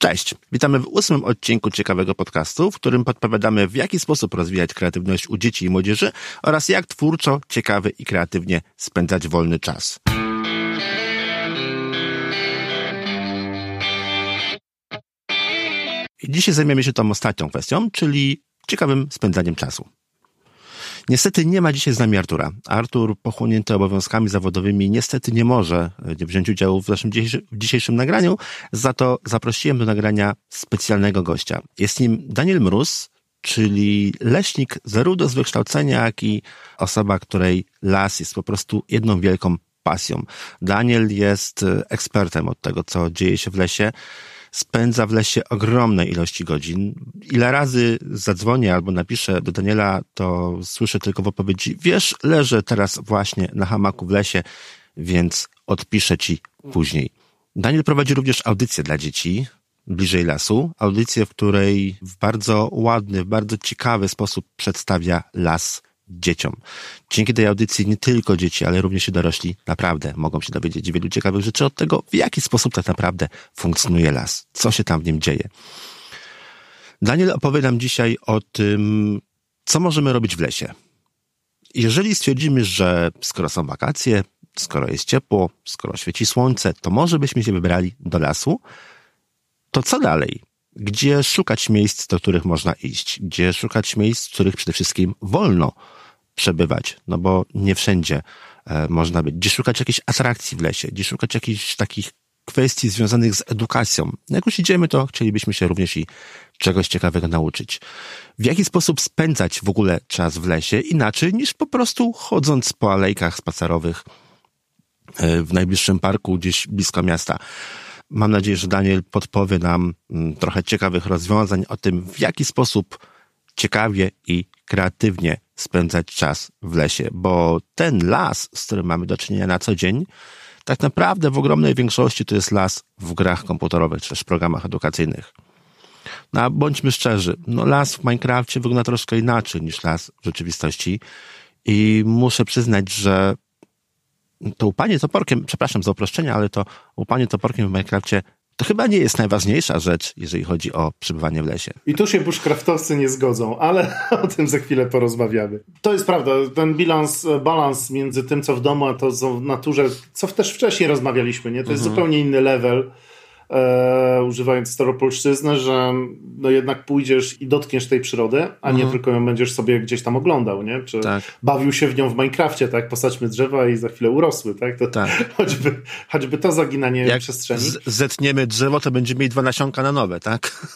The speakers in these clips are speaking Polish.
Cześć, witamy w 8. odcinku ciekawego podcastu, w którym podpowiadamy, w jaki sposób rozwijać kreatywność u dzieci i młodzieży oraz jak twórczo, ciekawie i kreatywnie spędzać wolny czas. I dzisiaj zajmiemy się tą ostatnią kwestią, czyli ciekawym spędzaniem czasu. Niestety nie ma dzisiaj z nami Artura. Artur, pochłonięty obowiązkami zawodowymi, niestety nie może wziąć udziału w naszym dzisiejszym nagraniu, za to zaprosiłem do nagrania specjalnego gościa. Jest nim Daniel Mróz, czyli leśnik zarówno z wykształcenia, jak i osoba, której las jest po prostu jedną wielką pasją. Daniel jest ekspertem od tego, co dzieje się w lesie. Spędza w lesie ogromne ilości godzin. Ile razy zadzwonię albo napiszę do Daniela, to słyszę tylko w odpowiedzi: wiesz, leżę teraz właśnie na hamaku w lesie, więc odpiszę ci później. Daniel prowadzi również audycję dla dzieci, Bliżej Lasu. Audycję, w której w bardzo ładny, w bardzo ciekawy sposób przedstawia las dzieciom. Dzięki tej audycji nie tylko dzieci, ale również i dorośli naprawdę mogą się dowiedzieć wielu ciekawych rzeczy od tego, w jaki sposób tak naprawdę funkcjonuje las, co się tam w nim dzieje. Daniel opowie nam dzisiaj o tym, co możemy robić w lesie. Jeżeli stwierdzimy, że skoro są wakacje, skoro jest ciepło, skoro świeci słońce, to może byśmy się wybrali do lasu, to co dalej? Gdzie szukać miejsc, do których można iść? Gdzie szukać miejsc, w których przede wszystkim wolno przebywać? No bo nie wszędzie można być. Gdzie szukać jakiejś atrakcji w lesie? Gdzie szukać jakichś takich kwestii związanych z edukacją? Jak już idziemy, to chcielibyśmy się również i czegoś ciekawego nauczyć. W jaki sposób spędzać w ogóle czas w lesie inaczej niż po prostu chodząc po alejkach spacerowych w najbliższym parku gdzieś blisko miasta? Mam nadzieję, że Daniel podpowie nam trochę ciekawych rozwiązań o tym, w jaki sposób ciekawie i kreatywnie spędzać czas w lesie, bo ten las, z którym mamy do czynienia na co dzień, tak naprawdę w ogromnej większości to jest las w grach komputerowych czy też programach edukacyjnych. No a bądźmy szczerzy, las w Minecrafcie wygląda troszkę inaczej niż las w rzeczywistości i muszę przyznać, że to łupanie toporkiem, przepraszam za uproszczenie, ale to łupanie toporkiem w Minecrafcie to chyba nie jest najważniejsza rzecz, jeżeli chodzi o przebywanie w lesie. I tu się bushcraftowcy nie zgodzą, ale o tym za chwilę porozmawiamy. To jest prawda, ten balans między tym, co w domu, a to co w naturze, co też wcześniej rozmawialiśmy, nie? To jest zupełnie inny level, używając staropolszczyzny, że jednak pójdziesz i dotkniesz tej przyrody, a nie tylko ją będziesz sobie gdzieś tam oglądał, nie? Czy bawił się w nią w Minecrafcie, tak? Posadźmy drzewa i za chwilę urosły, tak? To choćby to zaginanie jak przestrzeni. Zetniemy drzewo, to będziemy mieli 2 nasionka na nowe, tak?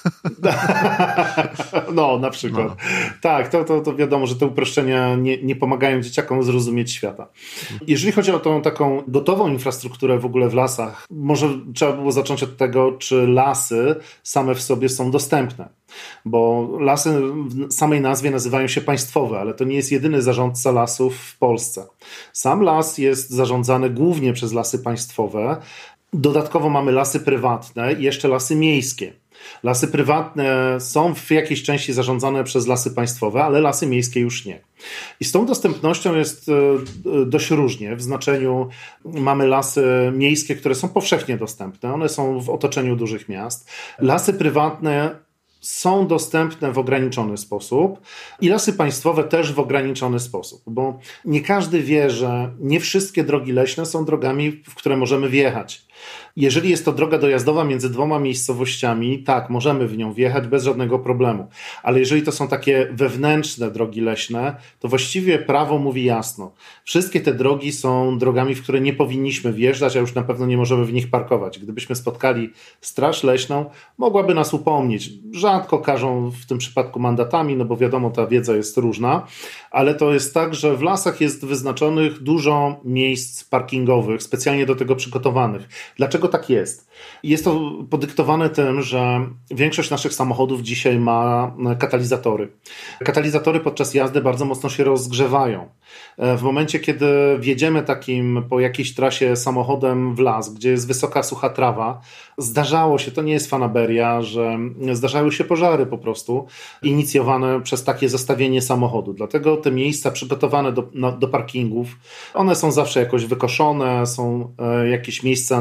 Na przykład. Tak, to wiadomo, że te uproszczenia nie pomagają dzieciakom zrozumieć świata. Jeżeli chodzi o tą taką gotową infrastrukturę w ogóle w lasach, może trzeba było zacząć od tego, czy lasy same w sobie są dostępne. Bo lasy w samej nazwie nazywają się państwowe, ale to nie jest jedyny zarządca lasów w Polsce. Sam las jest zarządzany głównie przez lasy państwowe. Dodatkowo mamy lasy prywatne i jeszcze lasy miejskie. Lasy prywatne są w jakiejś części zarządzane przez lasy państwowe, ale lasy miejskie już nie. I z tą dostępnością jest dość różnie. W znaczeniu mamy lasy miejskie, które są powszechnie dostępne. One są w otoczeniu dużych miast. Lasy prywatne są dostępne w ograniczony sposób i lasy państwowe też w ograniczony sposób, bo nie każdy wie, że nie wszystkie drogi leśne są drogami, w które możemy wjechać. Jeżeli jest to droga dojazdowa między 2 miejscowościami, tak, możemy w nią wjechać bez żadnego problemu. Ale jeżeli to są takie wewnętrzne drogi leśne, to właściwie prawo mówi jasno. Wszystkie te drogi są drogami, w które nie powinniśmy wjeżdżać, a już na pewno nie możemy w nich parkować. Gdybyśmy spotkali straż leśną, mogłaby nas upomnieć. Rzadko karzą w tym przypadku mandatami, bo wiadomo, ta wiedza jest różna, ale to jest tak, że w lasach jest wyznaczonych dużo miejsc parkingowych, specjalnie do tego przygotowanych. Dlaczego tak jest? Jest to podyktowane tym, że większość naszych samochodów dzisiaj ma katalizatory. Katalizatory podczas jazdy bardzo mocno się rozgrzewają. W momencie, kiedy wjedziemy takim po jakiejś trasie samochodem w las, gdzie jest wysoka, sucha trawa, zdarzało się, to nie jest fanaberia, że zdarzały się pożary po prostu inicjowane przez takie zestawienie samochodu. Dlatego te miejsca przygotowane do parkingów, one są zawsze jakoś wykoszone, są jakieś miejsca na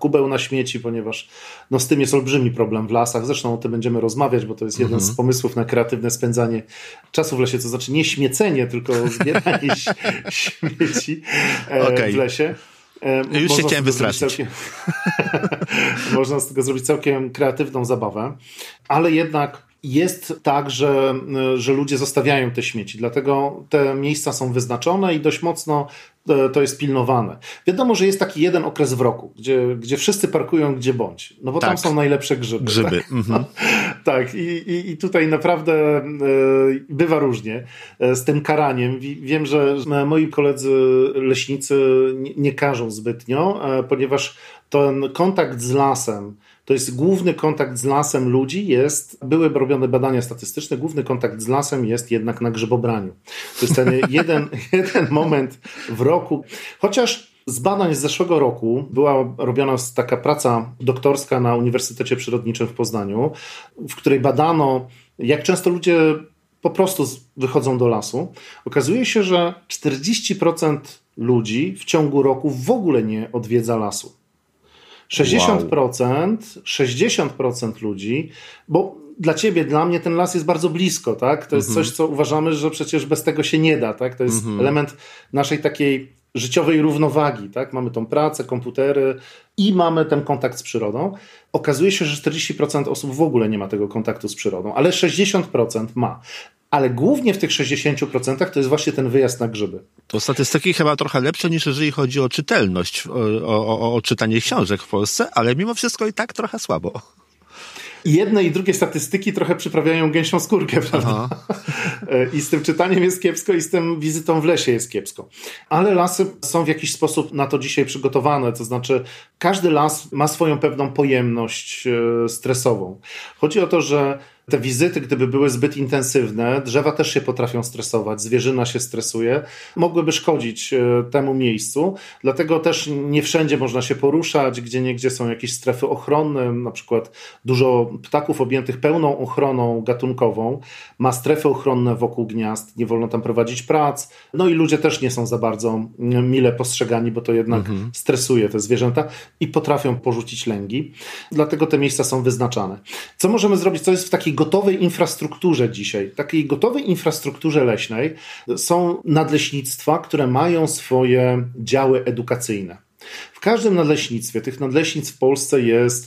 kubeł na śmieci, ponieważ z tym jest olbrzymi problem w lasach. Zresztą o tym będziemy rozmawiać, bo to jest jeden z pomysłów na kreatywne spędzanie czasu w lesie, to znaczy nie śmiecenie, tylko zbieranie śmieci w lesie. Już się chciałem wystraszyć. Można z tego zrobić całkiem kreatywną zabawę, ale jednak jest tak, że ludzie zostawiają te śmieci, dlatego te miejsca są wyznaczone i dość mocno to jest pilnowane. Wiadomo, że jest taki jeden okres w roku, gdzie wszyscy parkują gdzie bądź, no bo tam są najlepsze grzyby. Tak, tak. I tutaj naprawdę bywa różnie z tym karaniem. Wiem, że moi koledzy leśnicy nie karzą zbytnio, ponieważ ten kontakt z lasem, to jest główny kontakt z lasem ludzi, były robione badania statystyczne, główny kontakt z lasem jest jednak na grzybobraniu. To jest ten jeden moment w roku, chociaż z badań z zeszłego roku była robiona taka praca doktorska na Uniwersytecie Przyrodniczym w Poznaniu, w której badano, jak często ludzie po prostu wychodzą do lasu. Okazuje się, że 40% ludzi w ciągu roku w ogóle nie odwiedza lasu. 60% ludzi, bo dla ciebie, dla mnie ten las jest bardzo blisko, tak? To jest coś, co uważamy, że przecież bez tego się nie da, tak? To jest element naszej takiej życiowej równowagi, tak? Mamy tą pracę, komputery i mamy ten kontakt z przyrodą. Okazuje się, że 40% osób w ogóle nie ma tego kontaktu z przyrodą, ale 60% ma. Ale głównie w tych 60% to jest właśnie ten wyjazd na grzyby. To statystyki chyba trochę lepsze niż jeżeli chodzi o czytelność, o czytanie książek w Polsce, ale mimo wszystko i tak trochę słabo. Jedne i drugie statystyki trochę przyprawiają gęsią skórkę, prawda? I z tym czytaniem jest kiepsko i z tym wizytą w lesie jest kiepsko. Ale lasy są w jakiś sposób na to dzisiaj przygotowane, to znaczy każdy las ma swoją pewną pojemność stresową. Chodzi o to, że te wizyty, gdyby były zbyt intensywne, drzewa też się potrafią stresować, zwierzyna się stresuje, mogłyby szkodzić temu miejscu, dlatego też nie wszędzie można się poruszać, gdzieniegdzie są jakieś strefy ochronne, na przykład dużo ptaków objętych pełną ochroną gatunkową ma strefy ochronne wokół gniazd, nie wolno tam prowadzić prac, no i ludzie też nie są za bardzo mile postrzegani, bo to jednak stresuje te zwierzęta i potrafią porzucić lęgi, dlatego te miejsca są wyznaczane. Co możemy zrobić, co jest w takiej gotowej infrastrukturze dzisiaj, takiej gotowej infrastrukturze leśnej są nadleśnictwa, które mają swoje działy edukacyjne. W każdym nadleśnictwie, tych nadleśnictw w Polsce jest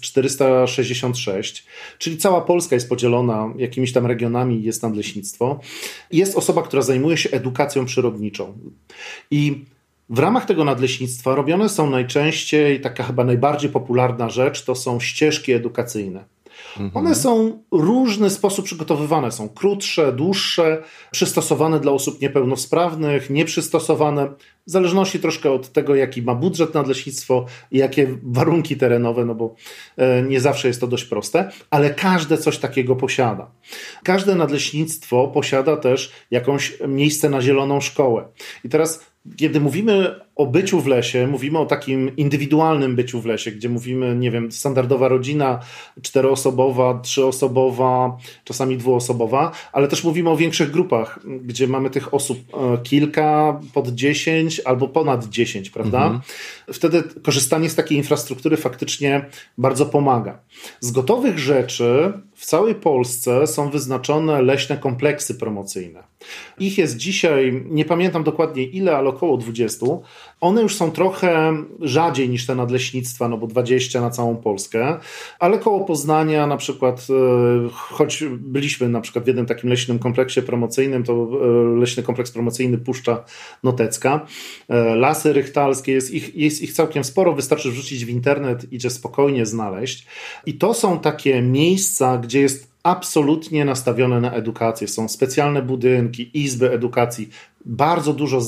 466, czyli cała Polska jest podzielona jakimiś tam regionami, jest nadleśnictwo. Jest osoba, która zajmuje się edukacją przyrodniczą. I w ramach tego nadleśnictwa robione są najczęściej, taka chyba najbardziej popularna rzecz, to są ścieżki edukacyjne. One są w różny sposób przygotowywane. Są krótsze, dłuższe, przystosowane dla osób niepełnosprawnych, nieprzystosowane. W zależności troszkę od tego, jaki ma budżet nadleśnictwo i jakie warunki terenowe, no bo nie zawsze jest to dość proste, ale każde coś takiego posiada. Każde nadleśnictwo posiada też jakąś miejsce na zieloną szkołę. I teraz, kiedy mówimy o byciu w lesie, mówimy o takim indywidualnym byciu w lesie, gdzie mówimy, nie wiem, standardowa rodzina, 4-osobowa, 3-osobowa, czasami 2-osobowa, ale też mówimy o większych grupach, gdzie mamy tych osób kilka, pod 10 albo ponad 10, prawda? Wtedy korzystanie z takiej infrastruktury faktycznie bardzo pomaga. Z gotowych rzeczy w całej Polsce są wyznaczone leśne kompleksy promocyjne. Ich jest dzisiaj, nie pamiętam dokładnie ile, ale około 20. One już są trochę rzadziej niż te nadleśnictwa, no bo 20 na całą Polskę, ale koło Poznania na przykład, choć byliśmy na przykład w jednym takim leśnym kompleksie promocyjnym, to leśny kompleks promocyjny Puszcza Notecka, Lasy Rychtalskie, jest ich całkiem sporo, wystarczy wrzucić w internet, idzie spokojnie znaleźć. I to są takie miejsca, gdzie jest absolutnie nastawione na edukację. Są specjalne budynki, izby edukacji, bardzo dużo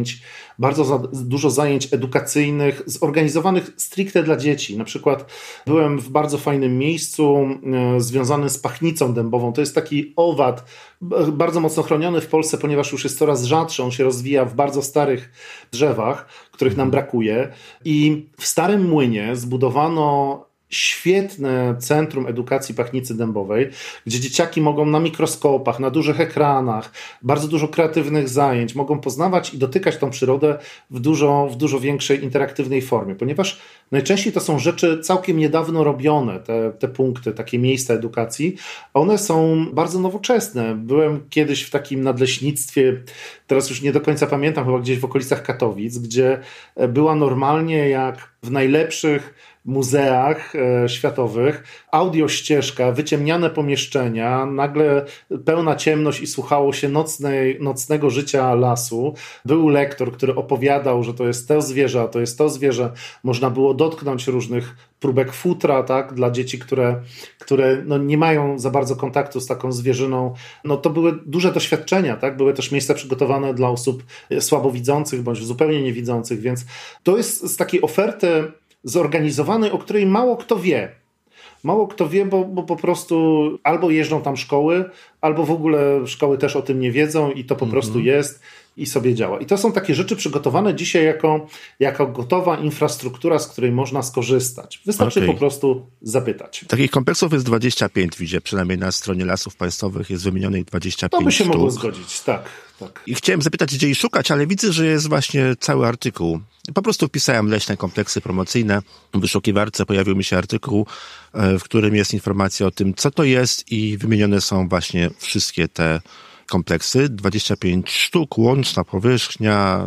zajęć edukacyjnych zorganizowanych stricte dla dzieci. Na przykład byłem w bardzo fajnym miejscu związanym z pachnicą dębową. To jest taki owad bardzo mocno chroniony w Polsce, ponieważ już jest coraz rzadszy. On się rozwija w bardzo starych drzewach, których nam brakuje. I w Starym Młynie zbudowano świetne centrum edukacji Pachnicy Dębowej, gdzie dzieciaki mogą na mikroskopach, na dużych ekranach, bardzo dużo kreatywnych zajęć, mogą poznawać i dotykać tą przyrodę w dużo większej interaktywnej formie, ponieważ najczęściej to są rzeczy całkiem niedawno robione, te punkty, takie miejsca edukacji, a one są bardzo nowoczesne. Byłem kiedyś w takim nadleśnictwie, teraz już nie do końca pamiętam, chyba gdzieś w okolicach Katowic, gdzie była normalnie jak w najlepszych muzeach światowych, audiościeżka, wyciemniane pomieszczenia, nagle pełna ciemność i słuchało się nocnego życia lasu. Był lektor, który opowiadał, że to jest to zwierzę, a to jest to zwierzę. Można było dotknąć różnych próbek futra, tak, dla dzieci, które nie mają za bardzo kontaktu z taką zwierzyną. To były duże doświadczenia, tak? Były też miejsca przygotowane dla osób słabowidzących bądź zupełnie niewidzących, więc to jest z takiej oferty zorganizowanej, o której mało kto wie. Mało kto wie, bo po prostu albo jeżdżą tam szkoły, albo w ogóle szkoły też o tym nie wiedzą i to po prostu jest i sobie działa. I to są takie rzeczy przygotowane dzisiaj jako gotowa infrastruktura, z której można skorzystać. Wystarczy po prostu zapytać. Takich kompleksów jest 25, widzę, przynajmniej na stronie Lasów Państwowych jest wymienionych 25 To by się sztuk. mogło zgodzić, tak. I chciałem zapytać, gdzie ich szukać, ale widzę, że jest właśnie cały artykuł. Po prostu wpisałem leśne kompleksy promocyjne. W wyszukiwarce pojawił mi się artykuł, w którym jest informacja o tym, co to jest i wymienione są właśnie wszystkie te kompleksy. 25 sztuk, łączna powierzchnia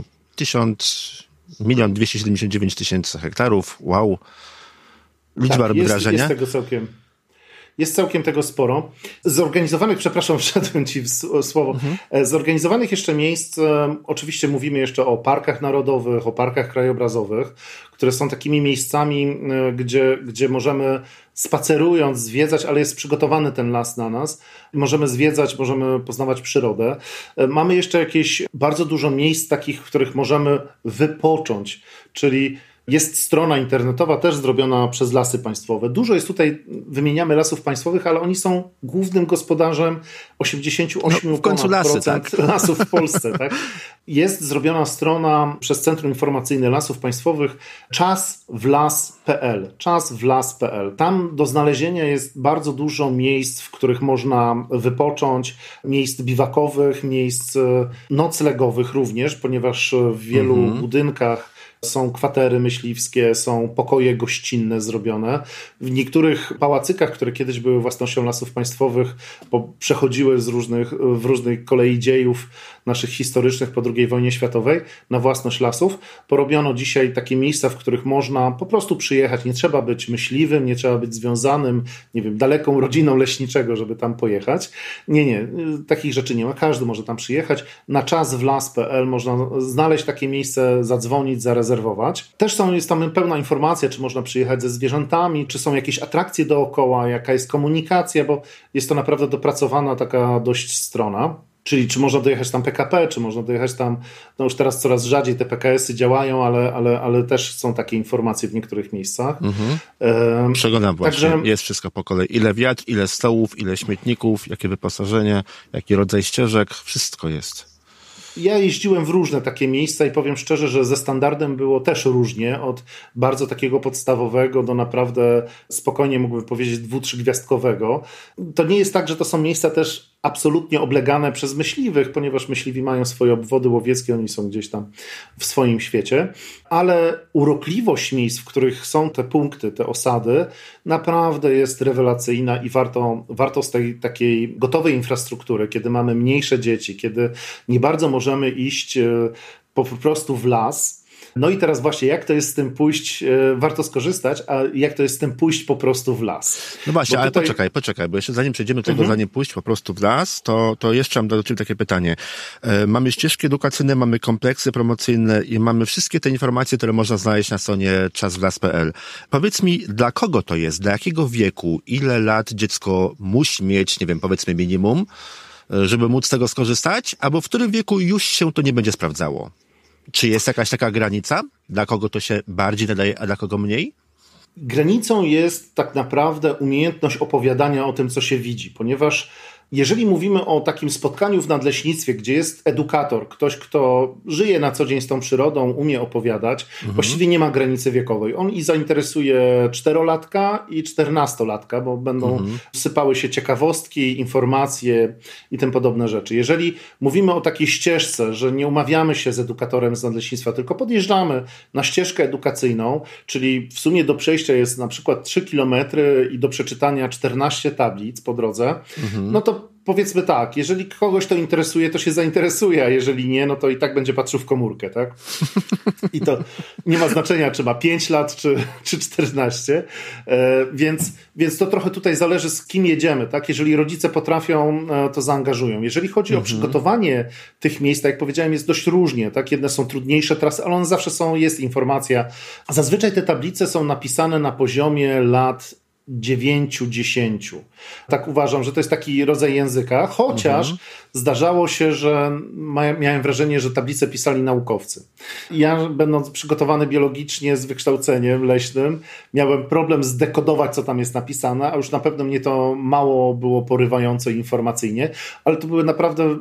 1 279 000 hektarów. Wow. Liczba robi wrażenie. Jest całkiem tego sporo. Zorganizowanych, przepraszam, wszedłem ci w słowo, zorganizowanych jeszcze miejsc, oczywiście mówimy jeszcze o parkach narodowych, o parkach krajobrazowych, które są takimi miejscami, gdzie możemy spacerując, zwiedzać, ale jest przygotowany ten las na nas. Możemy zwiedzać, możemy poznawać przyrodę. Mamy jeszcze jakieś bardzo dużo miejsc takich, w których możemy wypocząć, czyli jest strona internetowa też zrobiona przez Lasy Państwowe. Dużo jest tutaj, wymieniamy Lasów Państwowych, ale oni są głównym gospodarzem 88% lasów w Polsce. Tak? Jest zrobiona strona przez Centrum Informacyjne Lasów Państwowych czaswlas.pl. Tam do znalezienia jest bardzo dużo miejsc, w których można wypocząć, miejsc biwakowych, miejsc noclegowych również, ponieważ w wielu budynkach są kwatery myśliwskie, są pokoje gościnne zrobione. W niektórych pałacykach, które kiedyś były własnością Lasów Państwowych, przechodziły w różnych kolei dziejów naszych historycznych po II wojnie światowej na własność lasów. Porobiono dzisiaj takie miejsca, w których można po prostu przyjechać. Nie trzeba być myśliwym, nie trzeba być związanym, daleką rodziną leśniczego, żeby tam pojechać. Nie, takich rzeczy nie ma. Każdy może tam przyjechać. Na czaswlas.pl można znaleźć takie miejsce, zadzwonić, zarezerwować. Też jest tam pełna informacja, czy można przyjechać ze zwierzętami, czy są jakieś atrakcje dookoła, jaka jest komunikacja, bo jest to naprawdę dopracowana taka dość strona. Czyli czy można dojechać tam PKP, czy można dojechać tam, już teraz coraz rzadziej te PKS-y działają, ale też są takie informacje w niektórych miejscach. Przeglądam właśnie, jest wszystko po kolei. Ile wiatr, ile stołów, ile śmietników, jakie wyposażenie, jaki rodzaj ścieżek, wszystko jest. Ja jeździłem w różne takie miejsca i powiem szczerze, że ze standardem było też różnie, od bardzo takiego podstawowego do naprawdę spokojnie mógłbym powiedzieć 2-3 gwiazdkowego. To nie jest tak, że to są miejsca też absolutnie oblegane przez myśliwych, ponieważ myśliwi mają swoje obwody łowieckie, oni są gdzieś tam w swoim świecie, ale urokliwość miejsc, w których są te punkty, te osady, naprawdę jest rewelacyjna i warto z tej takiej gotowej infrastruktury, kiedy mamy mniejsze dzieci, kiedy nie bardzo możemy iść po prostu w las. No i teraz właśnie, jak to jest z tym pójść, warto skorzystać, a jak to jest z tym pójść po prostu w las? No właśnie, ale poczekaj, bo jeszcze zanim przejdziemy do tego, zanim pójść po prostu w las, to jeszcze mam do Ciebie takie pytanie. Mamy ścieżki edukacyjne, mamy kompleksy promocyjne i mamy wszystkie te informacje, które można znaleźć na stronie czaswlas.pl. Powiedz mi, dla kogo to jest? Dla jakiego wieku? Ile lat dziecko musi mieć, powiedzmy minimum, żeby móc z tego skorzystać? Albo w którym wieku już się to nie będzie sprawdzało? Czy jest jakaś taka granica? Dla kogo to się bardziej nadaje, a dla kogo mniej? Granicą jest tak naprawdę umiejętność opowiadania o tym, co się widzi, ponieważ Jeżeli mówimy o takim spotkaniu w nadleśnictwie, gdzie jest edukator, ktoś, kto żyje na co dzień z tą przyrodą, umie opowiadać, właściwie nie ma granicy wiekowej. On i zainteresuje 4-latka i 14-latka, bo będą sypały się ciekawostki, informacje i tym podobne rzeczy. Jeżeli mówimy o takiej ścieżce, że nie umawiamy się z edukatorem z nadleśnictwa, tylko podjeżdżamy na ścieżkę edukacyjną, czyli w sumie do przejścia jest na przykład 3 kilometry i do przeczytania 14 tablic po drodze, no to powiedzmy tak, jeżeli kogoś to interesuje, to się zainteresuje, a jeżeli nie, no to i tak będzie patrzył w komórkę, tak? I to nie ma znaczenia, czy ma 5 lat, czy 14, więc to trochę tutaj zależy, z kim jedziemy, tak? Jeżeli rodzice potrafią, to zaangażują. Jeżeli chodzi o przygotowanie tych miejsc, tak jak powiedziałem, jest dość różnie, tak? Jedne są trudniejsze trasy, ale one zawsze jest informacja. Zazwyczaj te tablice są napisane na poziomie lat 9-10. Tak uważam, że to jest taki rodzaj języka, chociaż zdarzało się, że miałem wrażenie, że tablice pisali naukowcy. Ja, będąc przygotowany biologicznie z wykształceniem leśnym, miałem problem zdekodować, co tam jest napisane, a już na pewno mnie to mało było porywające informacyjnie, ale to były naprawdę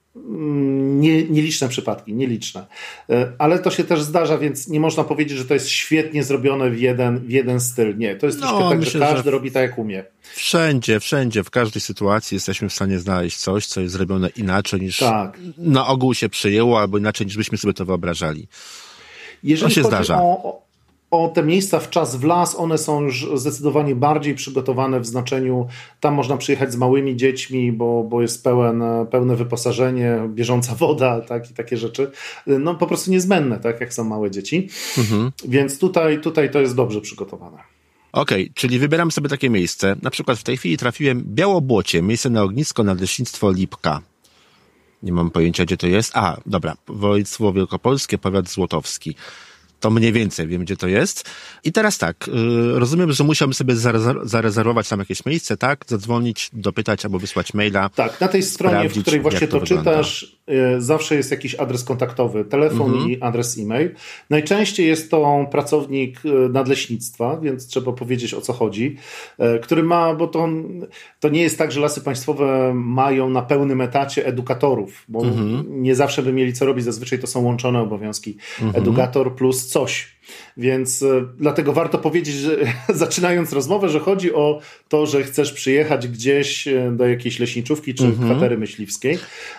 nieliczne przypadki, nieliczne. Ale to się też zdarza, więc nie można powiedzieć, że to jest świetnie zrobione w jeden styl. Nie, to jest troszkę tak, myślę, że każdy robi tak, jak umie. Wszędzie, w każdej sytuacji jesteśmy w stanie znaleźć coś, co jest zrobione inaczej niż na ogół się przyjęło, albo inaczej niż byśmy sobie to wyobrażali. Jeżeli to się zdarza. O te miejsca w czas w las, one są już zdecydowanie bardziej przygotowane w znaczeniu, tam można przyjechać z małymi dziećmi, bo jest pełne wyposażenie, bieżąca woda, tak, i takie rzeczy. No po prostu niezbędne, tak, jak są małe dzieci. Więc tutaj to jest dobrze przygotowane. Okej, czyli wybieram sobie takie miejsce. Na przykład w tej chwili trafiłem Białobłocie, miejsce na ognisko, nadleśnictwo Lipka. Nie mam pojęcia, gdzie to jest. Dobra, województwo wielkopolskie, powiat złotowski. To mniej więcej wiem, gdzie to jest. I teraz tak, rozumiem, że musiałbym sobie zarezerwować tam jakieś miejsce, tak? Zadzwonić, dopytać albo wysłać maila. Tak, na tej stronie, w której właśnie to czytasz, zawsze jest jakiś adres kontaktowy, telefon i adres e-mail. Najczęściej jest to pracownik nadleśnictwa, więc trzeba powiedzieć, o co chodzi, który ma, bo to nie jest tak, że Lasy Państwowe mają na pełnym etacie edukatorów, bo nie zawsze by mieli co robić, zazwyczaj to są łączone obowiązki. Edukator plus coś. Więc dlatego warto powiedzieć, że zaczynając rozmowę, że chodzi o to, że chcesz przyjechać gdzieś do jakiejś leśniczówki czy kwatery myśliwskiej.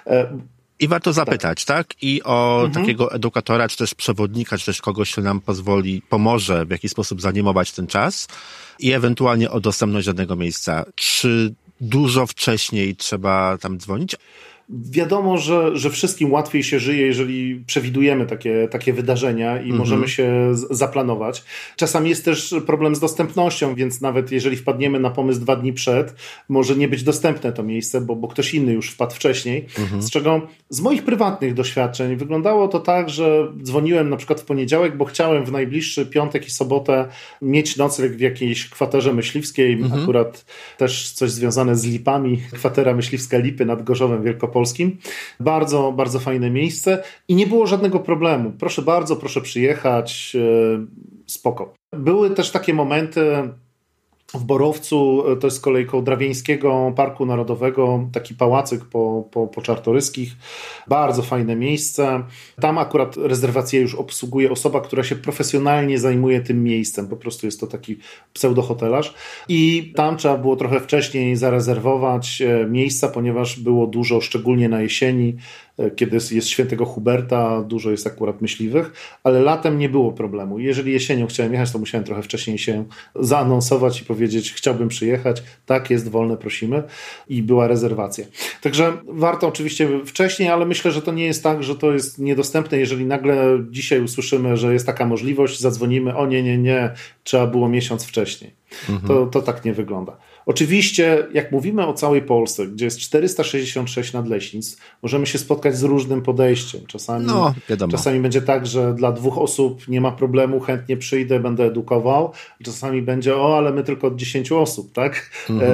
I warto zapytać, tak? I o takiego edukatora, czy też przewodnika, czy też kogoś, kto nam pomoże w jakiś sposób zanimować ten czas i ewentualnie o dostępność danego miejsca. Czy dużo wcześniej trzeba tam dzwonić? Wiadomo, że wszystkim łatwiej się żyje, jeżeli przewidujemy takie wydarzenia i możemy się zaplanować. Czasami jest też problem z dostępnością, więc nawet jeżeli wpadniemy na pomysł 2 dni przed, może nie być dostępne to miejsce, bo ktoś inny już wpadł wcześniej. Z czego z moich prywatnych doświadczeń wyglądało to tak, że dzwoniłem na przykład w poniedziałek, bo chciałem w najbliższy piątek i sobotę mieć nocleg w jakiejś kwaterze myśliwskiej. Akurat też coś związane z Lipami. Kwatera myśliwska Lipy nad Gorzowem Wielkopolskim. Bardzo, bardzo fajne miejsce i nie było żadnego problemu. Proszę bardzo, proszę przyjechać, spoko. Były też takie momenty w Borowcu, to jest z kolei koło Drawieńskiego Parku Narodowego, taki pałacyk po Czartoryskich. Bardzo fajne miejsce. Tam akurat rezerwację już obsługuje osoba, która się profesjonalnie zajmuje tym miejscem. Po prostu jest to taki pseudohotelarz. I tam trzeba było trochę wcześniej zarezerwować miejsca, ponieważ było dużo, szczególnie na jesieni, kiedy jest świętego Huberta, dużo jest akurat myśliwych, ale latem nie było problemu. Jeżeli jesienią chciałem jechać, to musiałem trochę wcześniej się zaanonsować i powiedzieć, chciałbym przyjechać, tak, jest wolne, prosimy, i była rezerwacja. Także warto oczywiście wcześniej, ale myślę, że to nie jest tak, że to jest niedostępne. Jeżeli nagle dzisiaj usłyszymy, że jest taka możliwość, zadzwonimy, o nie, trzeba było miesiąc wcześniej. To tak nie wygląda. Oczywiście, jak mówimy o całej Polsce, gdzie jest 466 nadleśnictw, możemy się spotkać z różnym podejściem. Czasami będzie tak, że dla 2 osób nie ma problemu, chętnie przyjdę, będę edukował. Czasami będzie, ale my tylko od 10 osób, tak?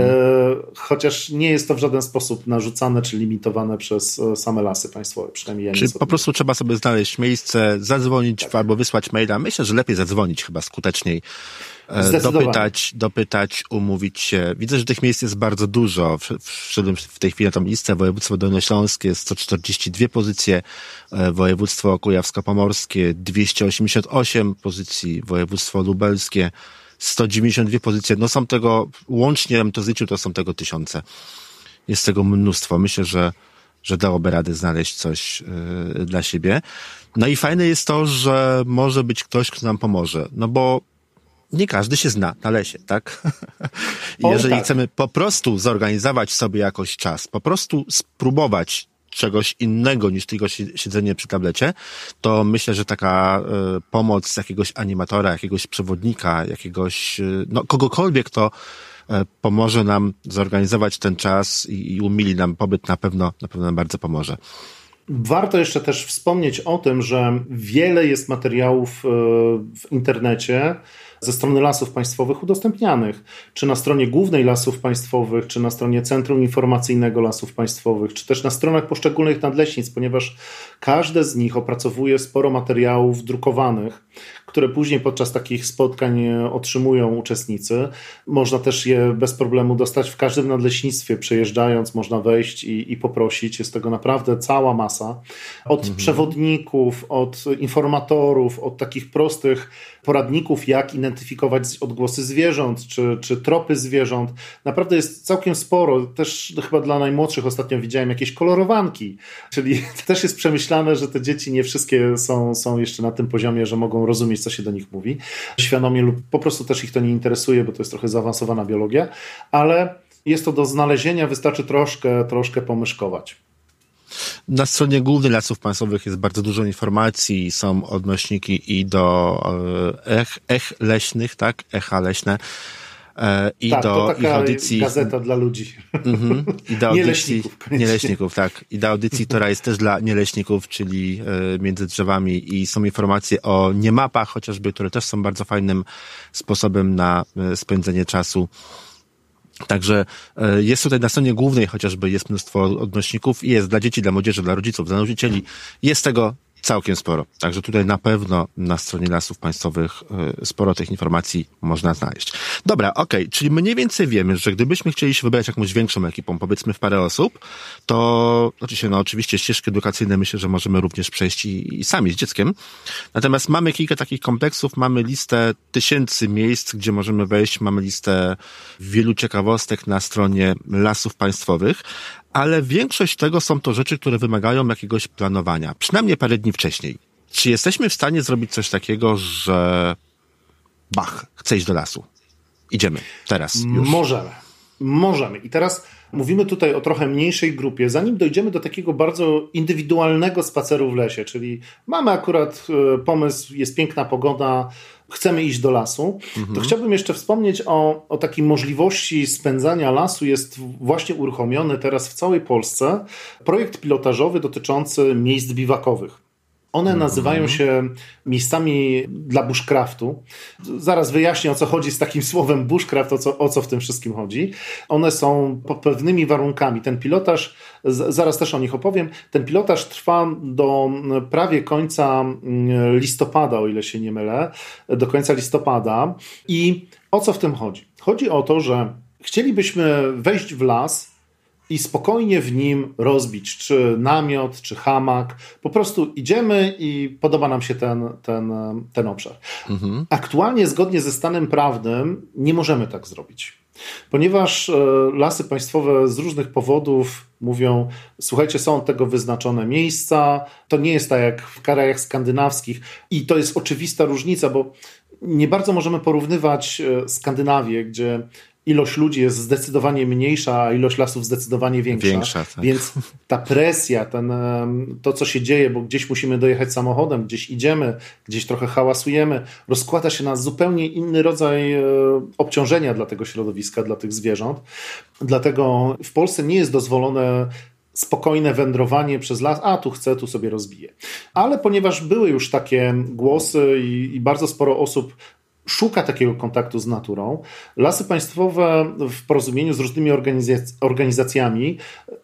Chociaż nie jest to w żaden sposób narzucane czy limitowane przez same Lasy Państwowe. Przynajmniej ja nie Czyli po prostu trzeba sobie znaleźć miejsce, zadzwonić albo wysłać maila. Myślę, że lepiej zadzwonić chyba skuteczniej. dopytać, umówić się. Widzę, że tych miejsc jest bardzo dużo. Wszedłem w tej chwili na tą listę. Województwo dolnośląskie, 142 pozycje, województwo kujawsko-pomorskie, 288 pozycji, województwo lubelskie, 192 pozycje. No są tego, łącznie to zliczył, to są tego tysiące. Jest tego mnóstwo. Myślę, że dałoby radę znaleźć coś dla siebie. No i fajne jest to, że może być ktoś, kto nam pomoże. No bo nie każdy się zna na lesie, tak? I jeżeli chcemy po prostu zorganizować sobie jakoś czas, po prostu spróbować czegoś innego niż tylko siedzenie przy tablecie, to myślę, że taka pomoc jakiegoś animatora, jakiegoś przewodnika, jakiegoś, no kogokolwiek, kto pomoże nam zorganizować ten czas i umili nam pobyt, na pewno nam bardzo pomoże. Warto jeszcze też wspomnieć o tym, że wiele jest materiałów w internecie ze strony Lasów Państwowych udostępnianych, czy na stronie głównej Lasów Państwowych, czy na stronie Centrum Informacyjnego Lasów Państwowych, czy też na stronach poszczególnych nadleśnictw, ponieważ każde z nich opracowuje sporo materiałów drukowanych, które później podczas takich spotkań otrzymują uczestnicy. Można też je bez problemu dostać w każdym nadleśnictwie, przejeżdżając, można wejść i poprosić. Jest tego naprawdę cała masa. Od przewodników, od informatorów, od takich prostych poradników, jak identyfikować odgłosy zwierząt, czy tropy zwierząt. Naprawdę jest całkiem sporo. Też chyba dla najmłodszych ostatnio widziałem jakieś kolorowanki, czyli też jest przemyślane, że te dzieci nie wszystkie są jeszcze na tym poziomie, że mogą rozumieć, co się do nich mówi świadomie lub po prostu też ich to nie interesuje, bo to jest trochę zaawansowana biologia, ale jest to do znalezienia, wystarczy troszkę pomyszkować. Na stronie głównej Lasów Państwowych jest bardzo dużo informacji, są odnośniki i do leśnych, tak? Echa leśne. I tak, do to taka ich audycji. Gazeta dla ludzi. I do audycji, nie leśników, tak. I do audycji, która jest też dla nieleśników, czyli między drzewami, i są informacje o niemapach chociażby, które też są bardzo fajnym sposobem na spędzenie czasu. Także jest tutaj na stronie głównej chociażby jest mnóstwo odnośników i jest dla dzieci, dla młodzieży, dla rodziców, dla nauczycieli. Jest tego całkiem sporo. Także tutaj na pewno na stronie Lasów Państwowych sporo tych informacji można znaleźć. Dobra, okej, czyli mniej więcej wiemy, że gdybyśmy chcieli się wybrać jakąś większą ekipą, powiedzmy w parę osób, to oczywiście ścieżki edukacyjne myślę, że możemy również przejść i sami z dzieckiem. Natomiast mamy kilka takich kompleksów, mamy listę tysięcy miejsc, gdzie możemy wejść, mamy listę wielu ciekawostek na stronie Lasów Państwowych, ale większość tego są to rzeczy, które wymagają jakiegoś planowania, przynajmniej parę dni wcześniej. Czy jesteśmy w stanie zrobić coś takiego, że chcę iść do lasu? Idziemy, teraz już. Możemy. I teraz mówimy tutaj o trochę mniejszej grupie. Zanim dojdziemy do takiego bardzo indywidualnego spaceru w lesie, czyli mamy akurat pomysł, jest piękna pogoda, chcemy iść do lasu, to chciałbym jeszcze wspomnieć o takiej możliwości spędzania lasu. Jest właśnie uruchomiony teraz w całej Polsce projekt pilotażowy dotyczący miejsc biwakowych. One nazywają się miejscami dla bushcraftu. Zaraz wyjaśnię, o co chodzi z takim słowem bushcraft, o co w tym wszystkim chodzi. One są pod pewnymi warunkami. Ten pilotaż, zaraz też o nich opowiem, ten pilotaż trwa do prawie końca listopada, o ile się nie mylę, do końca listopada. I o co w tym chodzi? Chodzi o to, że chcielibyśmy wejść w las i spokojnie w nim rozbić, czy namiot, czy hamak. Po prostu idziemy i podoba nam się ten obszar. Aktualnie, zgodnie ze stanem prawnym, nie możemy tak zrobić. Ponieważ Lasy Państwowe z różnych powodów mówią, słuchajcie, są od tego wyznaczone miejsca, to nie jest tak jak w krajach skandynawskich i to jest oczywista różnica, bo nie bardzo możemy porównywać Skandynawię, gdzie ilość ludzi jest zdecydowanie mniejsza, a ilość lasów zdecydowanie większa. Tak. Więc ta presja, to co się dzieje, bo gdzieś musimy dojechać samochodem, gdzieś idziemy, gdzieś trochę hałasujemy, rozkłada się na zupełnie inny rodzaj obciążenia dla tego środowiska, dla tych zwierząt. Dlatego w Polsce nie jest dozwolone spokojne wędrowanie przez las, tu chcę, tu sobie rozbiję. Ale ponieważ były już takie głosy i bardzo sporo osób szuka takiego kontaktu z naturą, Lasy Państwowe w porozumieniu z różnymi organizacjami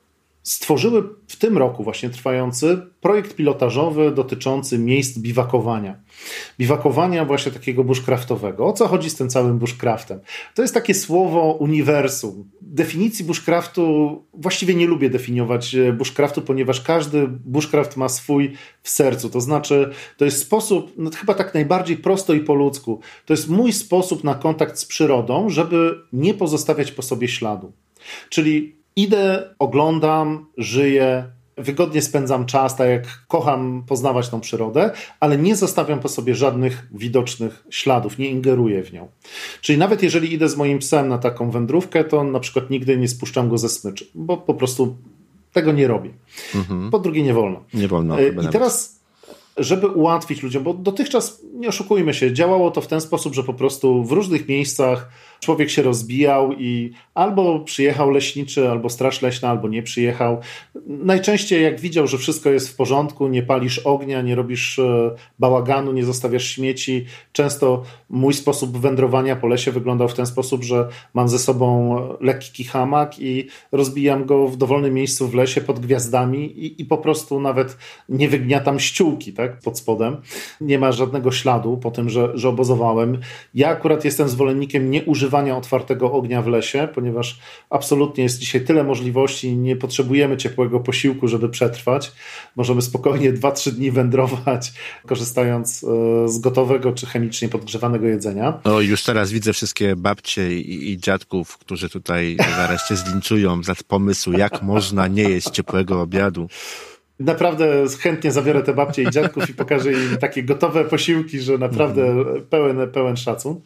stworzyły w tym roku właśnie trwający projekt pilotażowy dotyczący miejsc biwakowania. Biwakowania właśnie takiego bushcraftowego. O co chodzi z tym całym bushcraftem? To jest takie słowo uniwersum. Definicji bushcraftu właściwie nie lubię definiować bushcraftu, ponieważ każdy bushcraft ma swój w sercu. To znaczy, to jest sposób, no chyba tak najbardziej prosto i po ludzku. To jest mój sposób na kontakt z przyrodą, żeby nie pozostawiać po sobie śladu. Czyli idę, oglądam, żyję, wygodnie spędzam czas, tak jak kocham poznawać tą przyrodę, ale nie zostawiam po sobie żadnych widocznych śladów, nie ingeruję w nią. Czyli nawet jeżeli idę z moim psem na taką wędrówkę, to na przykład nigdy nie spuszczam go ze smyczy, bo po prostu tego nie robię. Po drugie nie wolno. Nie wolno. I teraz, żeby ułatwić ludziom, bo dotychczas, nie oszukujmy się, działało to w ten sposób, że po prostu w różnych miejscach człowiek się rozbijał i albo przyjechał leśniczy, albo straż leśna, albo nie przyjechał. Najczęściej jak widział, że wszystko jest w porządku, nie palisz ognia, nie robisz bałaganu, nie zostawiasz śmieci. Często mój sposób wędrowania po lesie wyglądał w ten sposób, że mam ze sobą lekki hamak i rozbijam go w dowolnym miejscu w lesie pod gwiazdami i po prostu nawet nie wygniatam ściółki, tak, pod spodem. Nie ma żadnego śladu po tym, że obozowałem. Ja akurat jestem zwolennikiem nieużywania otwartego ognia w lesie, ponieważ absolutnie jest dzisiaj tyle możliwości, nie potrzebujemy ciepłego posiłku, żeby przetrwać. Możemy spokojnie 2-3 dni wędrować, korzystając z gotowego czy chemicznie podgrzewanego jedzenia. O, już teraz widzę wszystkie babcie i dziadków, którzy tutaj zaraz cię zlinczują za pomysł, jak można nie jeść ciepłego obiadu. Naprawdę chętnie zabiorę te babcie i dziadków i pokażę im takie gotowe posiłki, że naprawdę pełen szacun.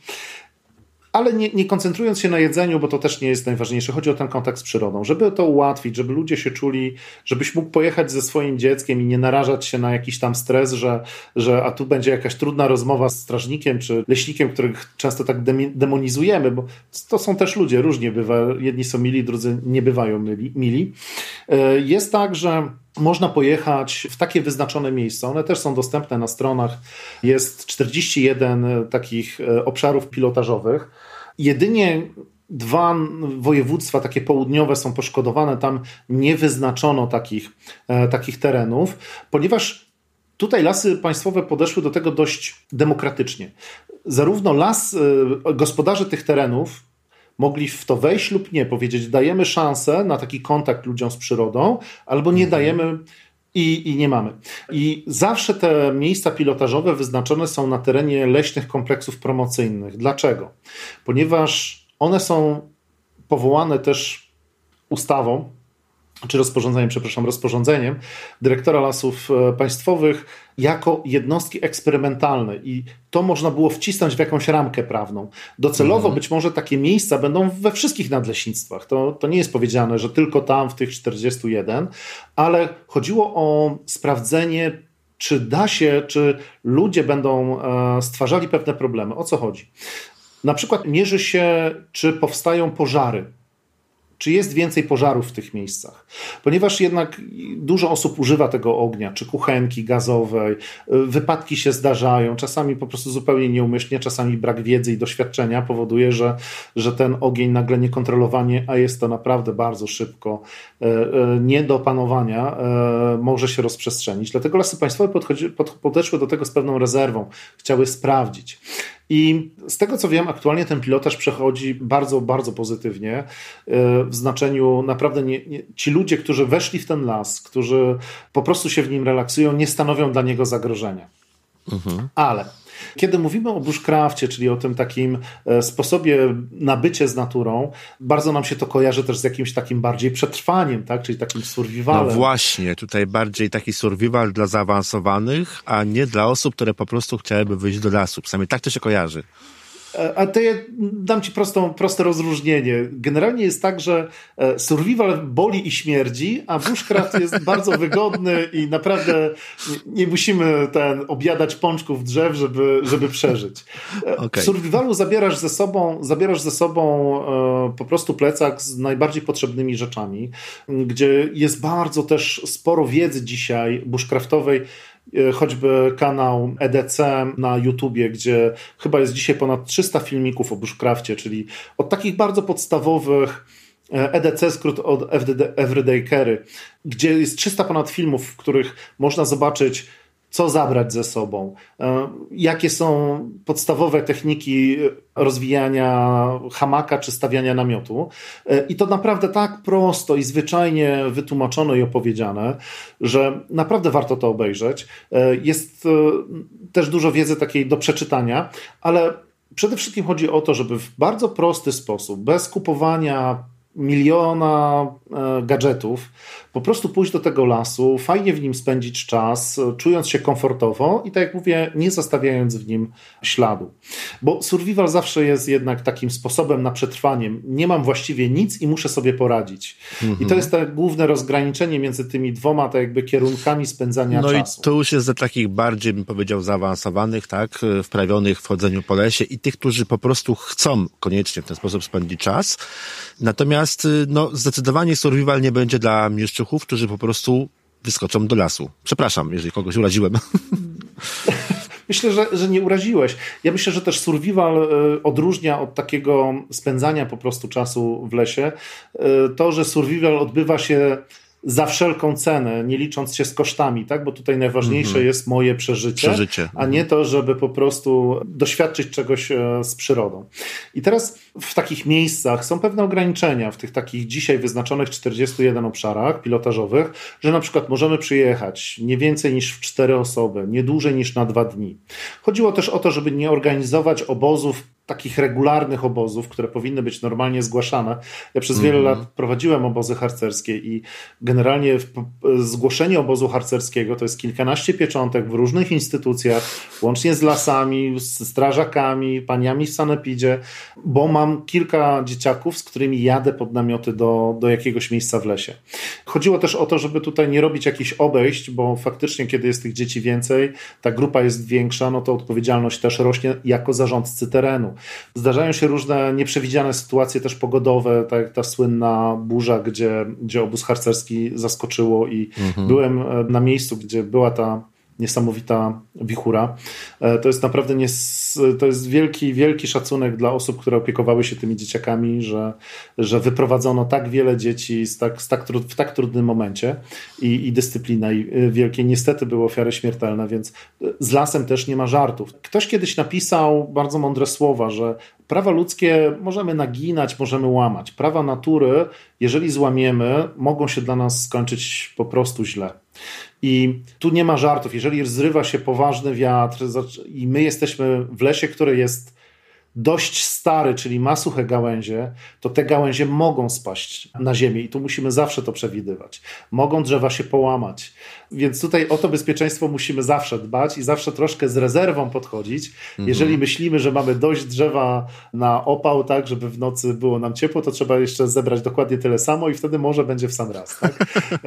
Ale nie koncentrując się na jedzeniu, bo to też nie jest najważniejsze, chodzi o ten kontakt z przyrodą. Żeby to ułatwić, żeby ludzie się czuli, żebyś mógł pojechać ze swoim dzieckiem i nie narażać się na jakiś tam stres, że a tu będzie jakaś trudna rozmowa z strażnikiem czy leśnikiem, których często tak demonizujemy, bo to są też ludzie, różnie bywa. Jedni są mili, drudzy nie bywają mili. Jest tak, że można pojechać w takie wyznaczone miejsca. One też są dostępne na stronach. Jest 41 takich obszarów pilotażowych. Jedynie 2 województwa, takie południowe, są poszkodowane. Tam nie wyznaczono takich terenów, ponieważ tutaj Lasy Państwowe podeszły do tego dość demokratycznie. Zarówno gospodarze tych terenów mogli w to wejść lub nie, powiedzieć, dajemy szansę na taki kontakt ludziom z przyrodą, albo nie dajemy i nie mamy. I zawsze te miejsca pilotażowe wyznaczone są na terenie leśnych kompleksów promocyjnych. Dlaczego? Ponieważ one są powołane też ustawą, czy rozporządzeniem dyrektora Lasów Państwowych jako jednostki eksperymentalne i to można było wcisnąć w jakąś ramkę prawną. Docelowo być może takie miejsca będą we wszystkich nadleśnictwach. To nie jest powiedziane, że tylko tam w tych 41, ale chodziło o sprawdzenie, czy da się, czy ludzie będą stwarzali pewne problemy. O co chodzi? Na przykład mierzy się, czy powstają pożary. Czy jest więcej pożarów w tych miejscach? Ponieważ jednak dużo osób używa tego ognia, czy kuchenki gazowej, wypadki się zdarzają, czasami po prostu zupełnie nieumyślnie, czasami brak wiedzy i doświadczenia powoduje, że ten ogień nagle niekontrolowanie, a jest to naprawdę bardzo szybko, nie do opanowania, może się rozprzestrzenić. Dlatego Lasy Państwowe podeszły do tego z pewną rezerwą, chciały sprawdzić. I z tego co wiem, aktualnie ten pilotaż przechodzi bardzo, bardzo pozytywnie, w znaczeniu naprawdę ci ludzie, którzy weszli w ten las, którzy po prostu się w nim relaksują, nie stanowią dla niego zagrożenia. Ale kiedy mówimy o bushcrafcie, czyli o tym takim sposobie na bycie z naturą, bardzo nam się to kojarzy też z jakimś takim bardziej przetrwaniem, tak? Czyli takim survivalem. No właśnie, tutaj bardziej taki survival dla zaawansowanych, a nie dla osób, które po prostu chciałyby wyjść do lasu. Przynajmniej tak to się kojarzy. A to ja dam ci proste rozróżnienie. Generalnie jest tak, że survival boli i śmierdzi, a bushcraft jest bardzo wygodny i naprawdę nie musimy objadać pączków drzew, żeby przeżyć. Okay. W survivalu zabierasz ze sobą po prostu plecak z najbardziej potrzebnymi rzeczami, gdzie jest bardzo też sporo wiedzy dzisiaj bushcraftowej, choćby kanał EDC na YouTubie, gdzie chyba jest dzisiaj ponad 300 filmików o bushcrafcie, czyli od takich bardzo podstawowych EDC, skrót od Everyday Carry, gdzie jest 300 ponad filmów, w których można zobaczyć, co zabrać ze sobą, jakie są podstawowe techniki rozwijania hamaka czy stawiania namiotu. I to naprawdę tak prosto i zwyczajnie wytłumaczono i opowiedziane, że naprawdę warto to obejrzeć. Jest też dużo wiedzy takiej do przeczytania, ale przede wszystkim chodzi o to, żeby w bardzo prosty sposób, bez kupowania miliona gadżetów, po prostu pójść do tego lasu, fajnie w nim spędzić czas, czując się komfortowo i tak jak mówię, nie zostawiając w nim śladu. Bo survival zawsze jest jednak takim sposobem na przetrwanie. Nie mam właściwie nic i muszę sobie poradzić. I to jest to główne rozgraniczenie między tymi dwoma tak jakby kierunkami spędzania czasu. No i to już jest dla takich bardziej, bym powiedział, zaawansowanych, tak, wprawionych w chodzeniu po lesie i tych, którzy po prostu chcą koniecznie w ten sposób spędzić czas. Natomiast zdecydowanie survival nie będzie dla mieszczuchów, którzy po prostu wyskoczą do lasu. Przepraszam, jeżeli kogoś uraziłem. Myślę, że nie uraziłeś. Ja myślę, że też survival odróżnia od takiego spędzania po prostu czasu w lesie. To, że survival odbywa się za wszelką cenę, nie licząc się z kosztami, tak? Bo tutaj najważniejsze jest moje przeżycie. A nie to, żeby po prostu doświadczyć czegoś z przyrodą. I teraz w takich miejscach są pewne ograniczenia w tych takich dzisiaj wyznaczonych 41 obszarach pilotażowych, że na przykład możemy przyjechać nie więcej niż w 4 osoby, nie dłużej niż na 2 dni. Chodziło też o to, żeby nie organizować obozów, takich regularnych obozów, które powinny być normalnie zgłaszane. Ja przez wiele lat prowadziłem obozy harcerskie i generalnie zgłoszenie obozu harcerskiego to jest kilkanaście pieczątek w różnych instytucjach, łącznie z lasami, z strażakami, paniami w sanepidzie, bo mam kilka dzieciaków, z którymi jadę pod namioty do jakiegoś miejsca w lesie. Chodziło też o to, żeby tutaj nie robić jakichś obejść, bo faktycznie kiedy jest tych dzieci więcej, ta grupa jest większa, no to odpowiedzialność też rośnie jako zarządcy terenu. Zdarzają się różne nieprzewidziane sytuacje też pogodowe, tak jak ta słynna burza, gdzie obóz harcerski zaskoczyło i byłem na miejscu, gdzie była ta niesamowita wichura. To jest naprawdę to jest wielki, wielki szacunek dla osób, które opiekowały się tymi dzieciakami, że wyprowadzono tak wiele dzieci w tak trudnym momencie i dyscyplina wielkiej. Niestety były ofiary śmiertelne, więc z lasem też nie ma żartów. Ktoś kiedyś napisał bardzo mądre słowa, że prawa ludzkie możemy naginać, możemy łamać. Prawa natury, jeżeli złamiemy, mogą się dla nas skończyć po prostu źle. I tu nie ma żartów. Jeżeli zrywa się poważny wiatr i my jesteśmy w lesie, który jest dość stary, czyli ma suche gałęzie, to te gałęzie mogą spaść na ziemię i tu musimy zawsze to przewidywać. Mogą drzewa się połamać. Więc tutaj o to bezpieczeństwo musimy zawsze dbać i zawsze troszkę z rezerwą podchodzić. Jeżeli myślimy, że mamy dość drzewa na opał, tak, żeby w nocy było nam ciepło, to trzeba jeszcze zebrać dokładnie tyle samo i wtedy może będzie w sam raz. Tak?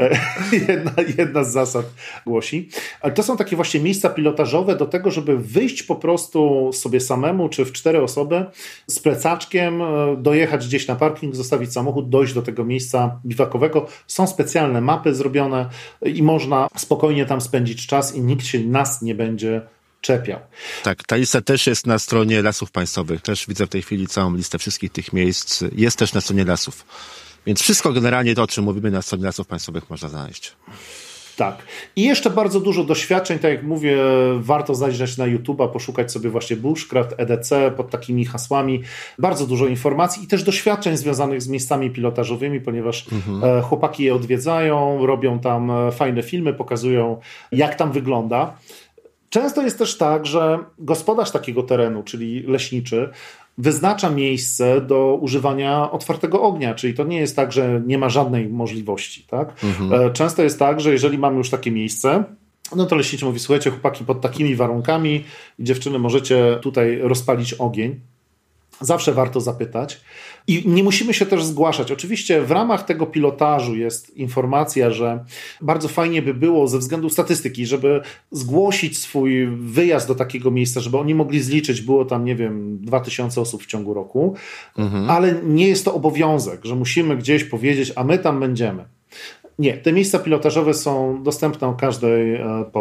jedna z zasad głosi. Ale to są takie właśnie miejsca pilotażowe do tego, żeby wyjść po prostu sobie samemu, czy w 4 osoby z plecaczkiem, dojechać gdzieś na parking, zostawić samochód, dojść do tego miejsca biwakowego. Są specjalne mapy zrobione i można spokojnie tam spędzić czas i nikt się nas nie będzie czepiał. Tak, ta lista też jest na stronie Lasów Państwowych. Też widzę w tej chwili całą listę wszystkich tych miejsc. Jest też na stronie lasów. Więc wszystko generalnie to, o czym mówimy, na stronie Lasów Państwowych można znaleźć. Tak. I jeszcze bardzo dużo doświadczeń, tak jak mówię, warto zajrzeć na YouTube'a, poszukać sobie właśnie Bushcraft, EDC pod takimi hasłami. Bardzo dużo informacji i też doświadczeń związanych z miejscami pilotażowymi, ponieważ chłopaki je odwiedzają, robią tam fajne filmy, pokazują jak tam wygląda. Często jest też tak, że gospodarz takiego terenu, czyli leśniczy, wyznacza miejsce do używania otwartego ognia, czyli to nie jest tak, że nie ma żadnej możliwości. Tak? Często jest tak, że jeżeli mamy już takie miejsce, no to leśniczy mówi, słuchajcie chłopaki, pod takimi warunkami i dziewczyny możecie tutaj rozpalić ogień. Zawsze warto zapytać. I nie musimy się też zgłaszać. Oczywiście w ramach tego pilotażu jest informacja, że bardzo fajnie by było ze względu statystyki, żeby zgłosić swój wyjazd do takiego miejsca, żeby oni mogli zliczyć, było tam, 2000 osób w ciągu roku, ale nie jest to obowiązek, że musimy gdzieś powiedzieć, a my tam będziemy. Nie, te miejsca pilotażowe są dostępne o każdej porze.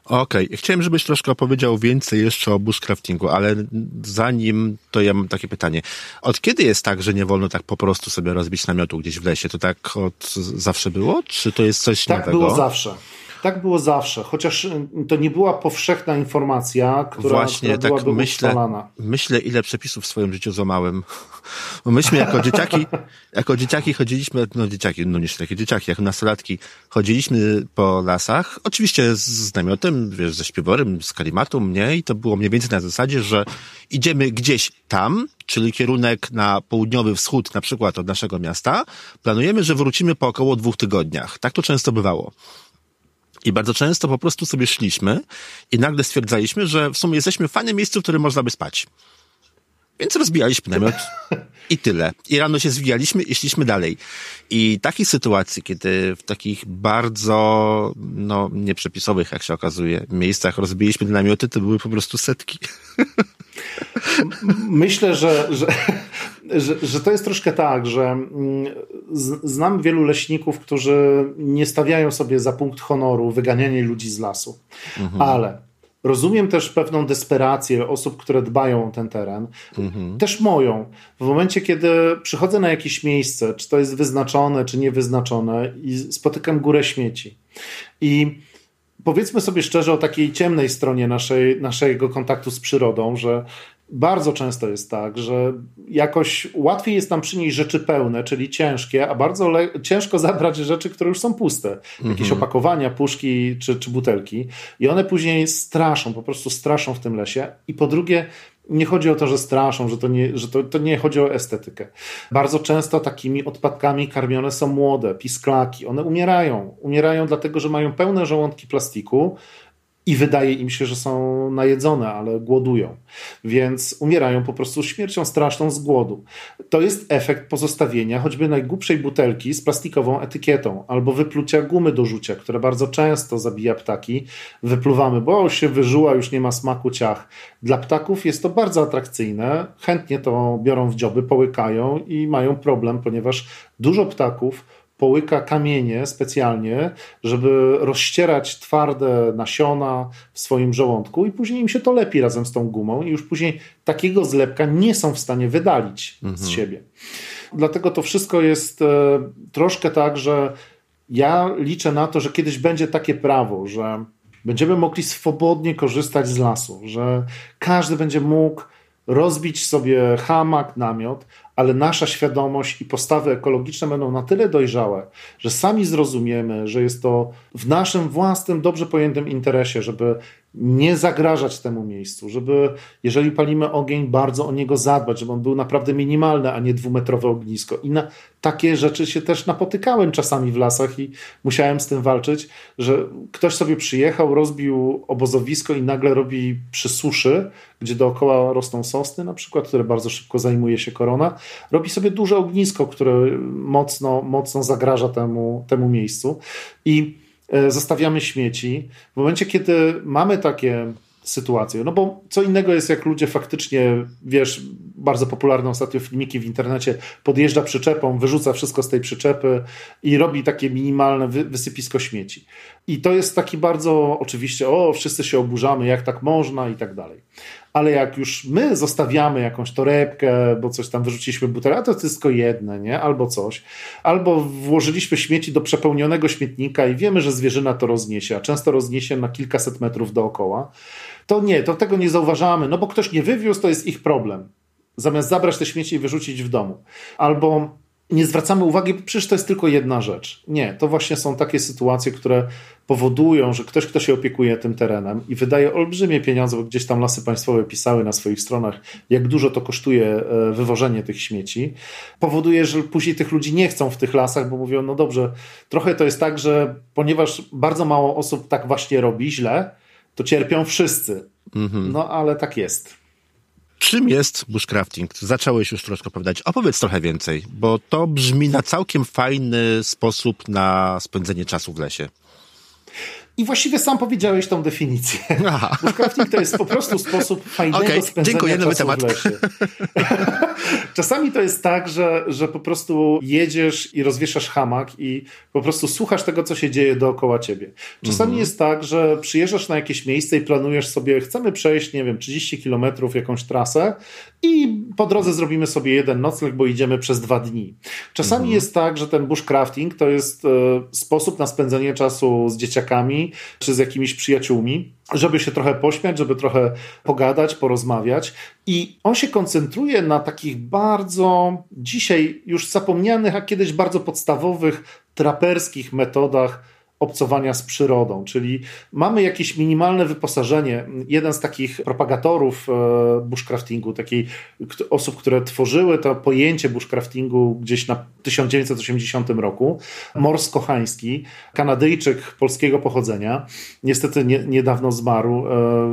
Okej. Chciałem, żebyś troszkę opowiedział więcej jeszcze o bushcraftingu, ale zanim, to ja mam takie pytanie. Od kiedy jest tak, że nie wolno tak po prostu sobie rozbić namiotu gdzieś w lesie? To tak od zawsze było? Czy to jest coś nowego? Tak było zawsze. Tak było zawsze, chociaż to nie była powszechna informacja, która byłaby utrwalana. Myślę, ile przepisów w swoim życiu złamałem. Bo myśmy jako dzieciaki chodziliśmy, nie takie dzieciaki, jako nastolatki, chodziliśmy po lasach, oczywiście z namiotem, wiesz, ze śpiworem, z kalimatą, nie? I to było mniej więcej na zasadzie, że idziemy gdzieś tam, czyli kierunek na południowy wschód, na przykład od naszego miasta, planujemy, że wrócimy po około 2 tygodniach. Tak to często bywało. I bardzo często po prostu sobie szliśmy i nagle stwierdzaliśmy, że w sumie jesteśmy w fajnym miejscu, w którym można by spać. Więc rozbijaliśmy namiot i tyle. I rano się zwijaliśmy i szliśmy dalej. I takich sytuacji, kiedy w takich bardzo, nieprzepisowych, jak się okazuje, miejscach rozbiliśmy namioty, to były po prostu setki. Myślę, że to jest troszkę tak, że znam wielu leśników, którzy nie stawiają sobie za punkt honoru wyganianie ludzi z lasu. Ale rozumiem też pewną desperację osób, które dbają o ten teren. Też moją. W momencie, kiedy przychodzę na jakieś miejsce, czy to jest wyznaczone, czy niewyznaczone, i spotykam górę śmieci. I powiedzmy sobie szczerze o takiej ciemnej stronie naszego kontaktu z przyrodą, że bardzo często jest tak, że jakoś łatwiej jest nam przynieść rzeczy pełne, czyli ciężkie, a bardzo ciężko zabrać rzeczy, które już są puste. Jakieś opakowania, puszki czy butelki. I one później po prostu straszą w tym lesie. I po drugie, nie chodzi o to, że straszą, że to nie chodzi o estetykę. Bardzo często takimi odpadkami karmione są młode pisklaki. One umierają. Umierają dlatego, że mają pełne żołądki plastiku i wydaje im się, że są najedzone, ale głodują. Więc umierają po prostu śmiercią straszną z głodu. To jest efekt pozostawienia choćby najgłupszej butelki z plastikową etykietą albo wyplucia gumy do rzucia, które bardzo często zabija ptaki. Wypluwamy, bo się wyżuła, już nie ma smaku, ciach. Dla ptaków jest to bardzo atrakcyjne. Chętnie to biorą w dzioby, połykają i mają problem, ponieważ dużo ptaków połyka kamienie specjalnie, żeby rozścierać twarde nasiona w swoim żołądku i później im się to lepi razem z tą gumą i już później takiego zlepka nie są w stanie wydalić z siebie. Dlatego to wszystko jest troszkę tak, że ja liczę na to, że kiedyś będzie takie prawo, że będziemy mogli swobodnie korzystać z lasu, że każdy będzie mógł rozbić sobie hamak, namiot, ale nasza świadomość i postawy ekologiczne będą na tyle dojrzałe, że sami zrozumiemy, że jest to w naszym własnym, dobrze pojętym interesie, żeby nie zagrażać temu miejscu, żeby, jeżeli palimy ogień, bardzo o niego zadbać, żeby on był naprawdę minimalny, a nie 2-metrowe ognisko. I na takie rzeczy się też napotykałem czasami w lasach i musiałem z tym walczyć, że ktoś sobie przyjechał, rozbił obozowisko i nagle robi przy suszy, gdzie dookoła rosną sosny na przykład, które bardzo szybko zajmuje się korona, robi sobie duże ognisko, które mocno zagraża temu miejscu i zostawiamy śmieci. W momencie, kiedy mamy takie sytuacje, no bo co innego jest, jak ludzie faktycznie, wiesz, bardzo popularne ostatnio filmiki w internecie, podjeżdża przyczepą, wyrzuca wszystko z tej przyczepy i robi takie minimalne wysypisko śmieci. I to jest taki bardzo, oczywiście, wszyscy się oburzamy, jak tak można i tak dalej. Ale jak już my zostawiamy jakąś torebkę, bo coś tam wyrzuciliśmy butelkę, a to jest tylko jedne, nie? Albo coś. Albo włożyliśmy śmieci do przepełnionego śmietnika i wiemy, że zwierzyna to rozniesie, a często rozniesie na kilkaset metrów dookoła, to nie, to tego nie zauważamy, no bo ktoś nie wywiózł, to jest ich problem. Zamiast zabrać te śmieci i wyrzucić w domu. Albo nie zwracamy uwagi, przecież to jest tylko jedna rzecz. Nie, to właśnie są takie sytuacje, które powodują, że ktoś, kto się opiekuje tym terenem i wydaje olbrzymie pieniądze, bo gdzieś tam Lasy Państwowe pisały na swoich stronach, jak dużo to kosztuje wywożenie tych śmieci, powoduje, że później tych ludzi nie chcą w tych lasach, bo mówią, no dobrze, trochę to jest tak, że ponieważ bardzo mało osób tak właśnie robi źle, to cierpią wszyscy. No ale tak jest. Czym jest bushcrafting? Zacząłeś już troszkę opowiadać. Opowiedz trochę więcej, bo to brzmi na całkiem fajny sposób na spędzenie czasu w lesie. I właściwie sam powiedziałeś tą definicję. Bushcrafting to jest po prostu sposób fajnego spędzenia czasu w lesie. Czasami to jest tak, że po prostu jedziesz i rozwieszasz hamak i po prostu słuchasz tego, co się dzieje dookoła ciebie. Czasami jest tak, że przyjeżdżasz na jakieś miejsce i planujesz sobie, chcemy przejść, 30 kilometrów jakąś trasę i po drodze zrobimy sobie jeden nocleg, bo idziemy przez 2 dni. Czasami jest tak, że ten bushcrafting to jest sposób na spędzenie czasu z dzieciakami czy z jakimiś przyjaciółmi, żeby się trochę pośmiać, żeby trochę pogadać, porozmawiać. I on się koncentruje na takich bardzo dzisiaj już zapomnianych, a kiedyś bardzo podstawowych, traperskich metodach obcowania z przyrodą, czyli mamy jakieś minimalne wyposażenie. Jeden z takich propagatorów bushcraftingu, takich osób, które tworzyły to pojęcie bushcraftingu gdzieś na 1980 roku, Mors Kochański, Kanadyjczyk polskiego pochodzenia, niestety niedawno zmarł,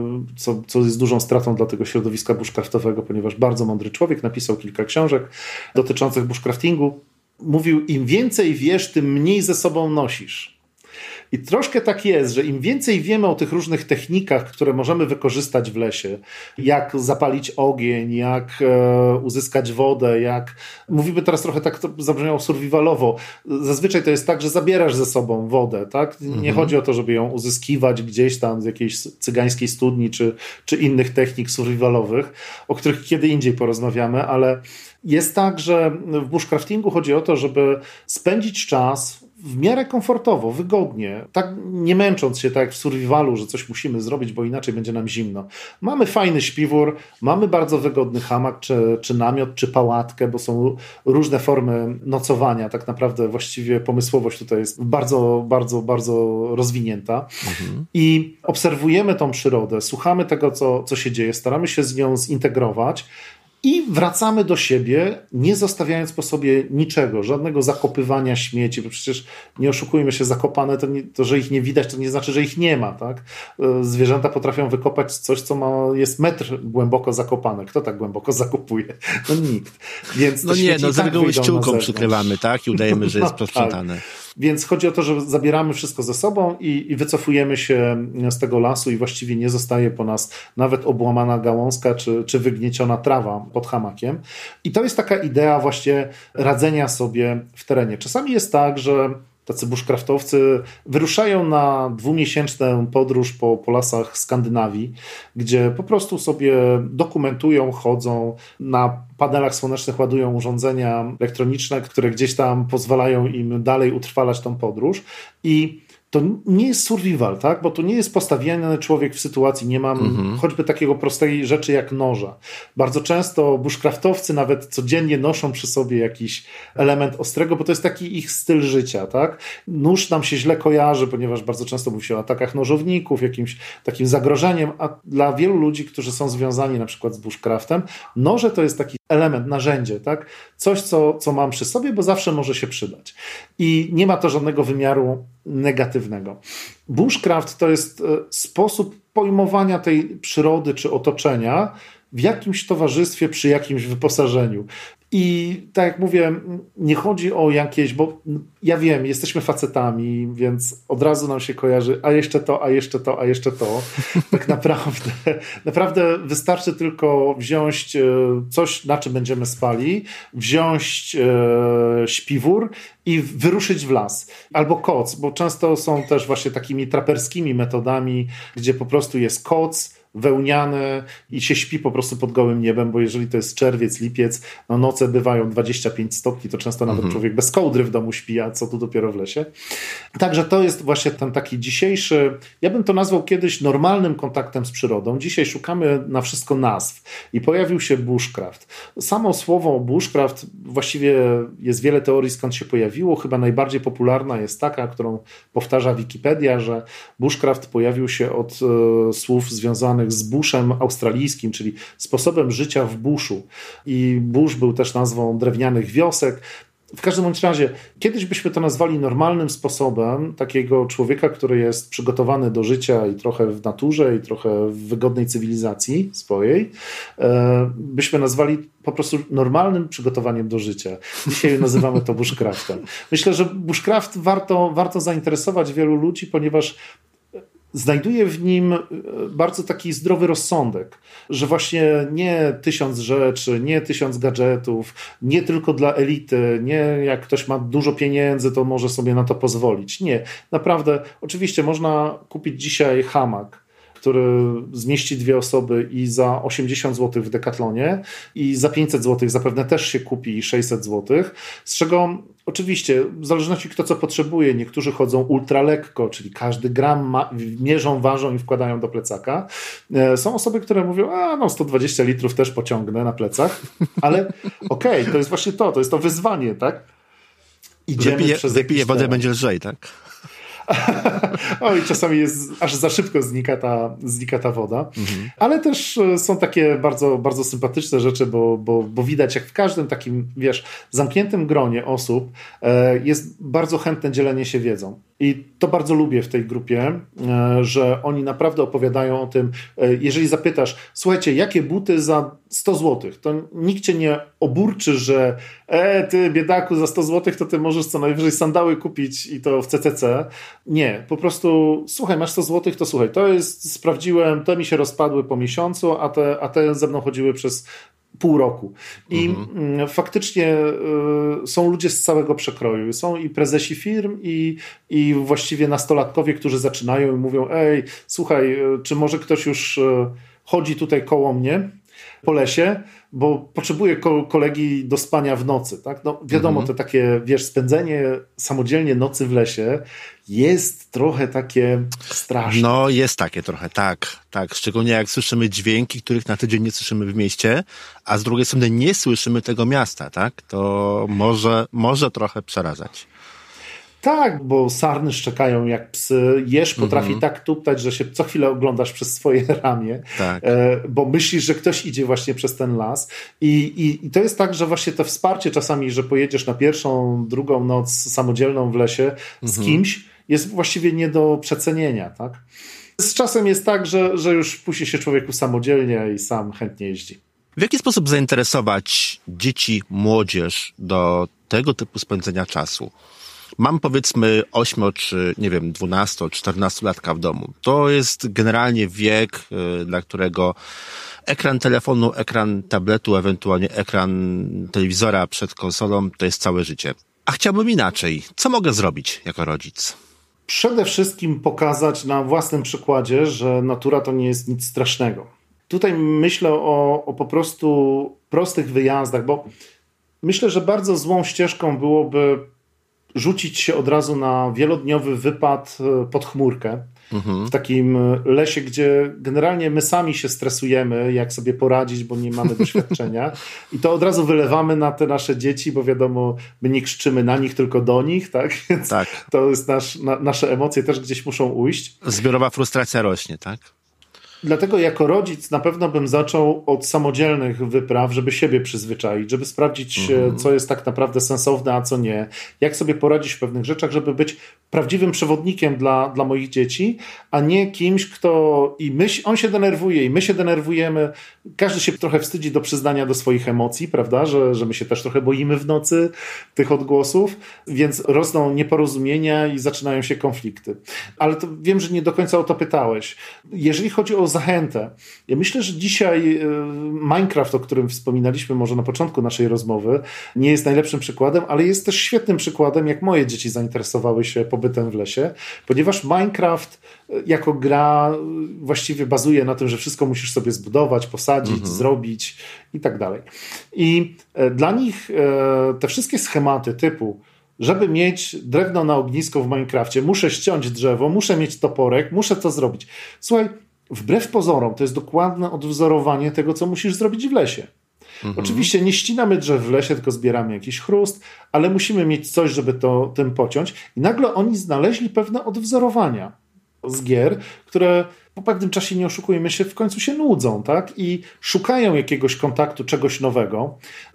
co jest dużą stratą dla tego środowiska bushcraftowego, ponieważ bardzo mądry człowiek, napisał kilka książek dotyczących bushcraftingu. Mówił, im więcej wiesz, tym mniej ze sobą nosisz. I troszkę tak jest, że im więcej wiemy o tych różnych technikach, które możemy wykorzystać w lesie, jak zapalić ogień, jak uzyskać wodę, mówimy teraz trochę tak, to zabrzmiało survivalowo. Zazwyczaj to jest tak, że zabierasz ze sobą wodę, tak? Nie chodzi o to, żeby ją uzyskiwać gdzieś tam z jakiejś cygańskiej studni, czy innych technik survivalowych, o których kiedy indziej porozmawiamy, ale jest tak, że w bushcraftingu chodzi o to, żeby spędzić czas w miarę komfortowo, wygodnie, tak nie męcząc się tak jak w survivalu, że coś musimy zrobić, bo inaczej będzie nam zimno. Mamy fajny śpiwór, mamy bardzo wygodny hamak, czy namiot, czy pałatkę, bo są różne formy nocowania. Tak naprawdę właściwie pomysłowość tutaj jest bardzo, bardzo, bardzo rozwinięta. I obserwujemy tą przyrodę, słuchamy tego, co się dzieje, staramy się z nią zintegrować, i wracamy do siebie, nie zostawiając po sobie niczego, żadnego zakopywania śmieci, bo przecież nie oszukujmy się, zakopane to, że ich nie widać, to nie znaczy, że ich nie ma. Tak? Zwierzęta potrafią wykopać coś, co jest metr głęboko zakopane. Kto tak głęboko zakopuje? No nikt. Więc z reguły ściółką przykrywamy, tak? I udajemy, że jest posprzątane. Tak. Więc chodzi o to, że zabieramy wszystko ze sobą i wycofujemy się z tego lasu i właściwie nie zostaje po nas nawet obłamana gałązka czy wygnieciona trawa pod hamakiem. I to jest taka idea właśnie radzenia sobie w terenie. Czasami jest tak, że tacy bushcraftowcy wyruszają na 2-miesięczną podróż po lasach Skandynawii, gdzie po prostu sobie dokumentują, chodzą, na panelach słonecznych ładują urządzenia elektroniczne, które gdzieś tam pozwalają im dalej utrwalać tą podróż. I to nie jest survival, tak? Bo to nie jest postawiony człowiek w sytuacji, nie mam choćby takiego prostej rzeczy jak noża. Bardzo często bushcraftowcy nawet codziennie noszą przy sobie jakiś element ostrego, bo to jest taki ich styl życia, tak? Nóż nam się źle kojarzy, ponieważ bardzo często mówi się o atakach nożowników, jakimś takim zagrożeniem, a dla wielu ludzi, którzy są związani na przykład z bushcraftem, noże to jest taki element, narzędzie, tak? Coś, co mam przy sobie, bo zawsze może się przydać. I nie ma to żadnego wymiaru negatywnego. Bushcraft to jest sposób pojmowania tej przyrody czy otoczenia w jakimś towarzystwie, przy jakimś wyposażeniu. I tak jak mówię, nie chodzi o jakieś, bo ja wiem, jesteśmy facetami, więc od razu nam się kojarzy, a jeszcze to, a jeszcze to, a jeszcze to. Tak naprawdę wystarczy tylko wziąć coś, na czym będziemy spali, wziąć śpiwór i wyruszyć w las. Albo koc, bo często są też właśnie takimi traperskimi metodami, gdzie po prostu jest koc, wełniane i się śpi po prostu pod gołym niebem, bo jeżeli to jest czerwiec, lipiec, no noce bywają 25 stopni, to często nawet człowiek bez kołdry w domu śpi, a co tu dopiero w lesie. Także to jest właśnie ten taki dzisiejszy, ja bym to nazwał kiedyś normalnym kontaktem z przyrodą. Dzisiaj szukamy na wszystko nazw i pojawił się bushcraft. Samo słowo bushcraft, właściwie jest wiele teorii, skąd się pojawiło. Chyba najbardziej popularna jest taka, którą powtarza Wikipedia, że bushcraft pojawił się od słów związanych z bushem australijskim, czyli sposobem życia w buszu. I bush był też nazwą drewnianych wiosek. W każdym bądź razie, kiedyś byśmy to nazwali normalnym sposobem takiego człowieka, który jest przygotowany do życia i trochę w naturze, i trochę w wygodnej cywilizacji swojej, byśmy nazwali po prostu normalnym przygotowaniem do życia. Dzisiaj nazywamy to bushcraftem. Myślę, że bushcraft warto zainteresować wielu ludzi, ponieważ znajduję w nim bardzo taki zdrowy rozsądek, że właśnie nie 1000 rzeczy, nie 1000 gadżetów, nie tylko dla elity, nie jak ktoś ma dużo pieniędzy, to może sobie na to pozwolić. Nie, naprawdę, oczywiście można kupić dzisiaj hamak, który zmieści 2 osoby i za 80 zł w Decathlonie i za 500 zł zapewne też się kupi 600 zł, z czego oczywiście w zależności kto co potrzebuje, niektórzy chodzą ultra lekko, czyli każdy gram mierzą, ważą i wkładają do plecaka. Są osoby, które mówią, 120 litrów też pociągnę na plecach, ale okej, to jest właśnie to jest to wyzwanie, tak? Idziemy wypije wodę, będzie lżej, tak? Oj, czasami jest, aż za szybko znika ta woda. Ale też są takie bardzo, bardzo sympatyczne rzeczy, bo widać, jak w każdym takim, zamkniętym gronie osób jest bardzo chętne dzielenie się wiedzą. I to bardzo lubię w tej grupie, że oni naprawdę opowiadają o tym, jeżeli zapytasz, słuchajcie, jakie buty za 100 zł, to nikt cię nie oburczy, że ty biedaku, za 100 zł to ty możesz co najwyżej sandały kupić i to w CCC. Nie, po prostu słuchaj, masz 100 zł, to słuchaj, to jest, sprawdziłem, te mi się rozpadły po miesiącu, a te ze mną chodziły przez pół roku. I faktycznie są ludzie z całego przekroju. Są i prezesi firm, i właściwie nastolatkowie, którzy zaczynają i mówią, słuchaj, czy może ktoś już chodzi tutaj koło mnie po lesie, bo potrzebuje kolegi do spania w nocy. Tak? No, wiadomo, to takie, spędzenie samodzielnie nocy w lesie jest trochę takie straszne. No, jest takie trochę, tak. Szczególnie jak słyszymy dźwięki, których na tydzień nie słyszymy w mieście, a z drugiej strony nie słyszymy tego miasta, tak? To może trochę przerażać. Tak, bo sarny szczekają jak psy, jeż potrafi tak tuptać, że się co chwilę oglądasz przez swoje ramię, tak. Bo myślisz, że ktoś idzie właśnie przez ten las. I to jest tak, że właśnie to wsparcie czasami, że pojedziesz na pierwszą, drugą noc samodzielną w lesie z kimś, jest właściwie nie do przecenienia. Tak? Z czasem jest tak, że już puści się człowieku samodzielnie i sam chętnie jeździ. W jaki sposób zainteresować dzieci, młodzież do tego typu spędzenia czasu? Mam powiedzmy 8 czy 12, 14-latka w domu. To jest generalnie wiek, dla którego ekran telefonu, ekran tabletu, ewentualnie ekran telewizora przed konsolą to jest całe życie. A chciałbym inaczej. Co mogę zrobić jako rodzic? Przede wszystkim pokazać na własnym przykładzie, że natura to nie jest nic strasznego. Tutaj myślę o po prostu prostych wyjazdach, bo myślę, że bardzo złą ścieżką byłoby rzucić się od razu na wielodniowy wypad pod chmurkę w takim lesie, gdzie generalnie my sami się stresujemy, jak sobie poradzić, bo nie mamy doświadczenia i to od razu wylewamy na te nasze dzieci, bo wiadomo, my nie krzyczymy na nich, tylko do nich, tak? Więc tak. To jest nasze emocje też gdzieś muszą ujść. Zbiorowa frustracja rośnie, tak? Dlatego jako rodzic na pewno bym zaczął od samodzielnych wypraw, żeby siebie przyzwyczaić, żeby sprawdzić, co jest tak naprawdę sensowne, a co nie. Jak sobie poradzić w pewnych rzeczach, żeby być prawdziwym przewodnikiem dla moich dzieci, a nie kimś, kto on się denerwuje i my się denerwujemy. Każdy się trochę wstydzi do przyznania do swoich emocji, prawda, że my się też trochę boimy w nocy tych odgłosów, więc rosną nieporozumienia i zaczynają się konflikty. Ale to wiem, że nie do końca o to pytałeś. Jeżeli chodzi o zachętę, ja myślę, że dzisiaj Minecraft, o którym wspominaliśmy może na początku naszej rozmowy, nie jest najlepszym przykładem, ale jest też świetnym przykładem, jak moje dzieci zainteresowały się pobytem w lesie, ponieważ Minecraft jako gra właściwie bazuje na tym, że wszystko musisz sobie zbudować, posadzić, zrobić i tak dalej. I dla nich te wszystkie schematy typu żeby mieć drewno na ognisko w Minecrafcie, muszę ściąć drzewo, muszę mieć toporek, muszę to zrobić. Słuchaj, wbrew pozorom to jest dokładne odwzorowanie tego, co musisz zrobić w lesie. Oczywiście nie ścinamy drzew w lesie, tylko zbieramy jakiś chrust, ale musimy mieć coś, żeby tym pociąć. I nagle oni znaleźli pewne odwzorowania z gier, które po pewnym czasie, nie oszukujmy się, w końcu się nudzą, tak? I szukają jakiegoś kontaktu, czegoś nowego.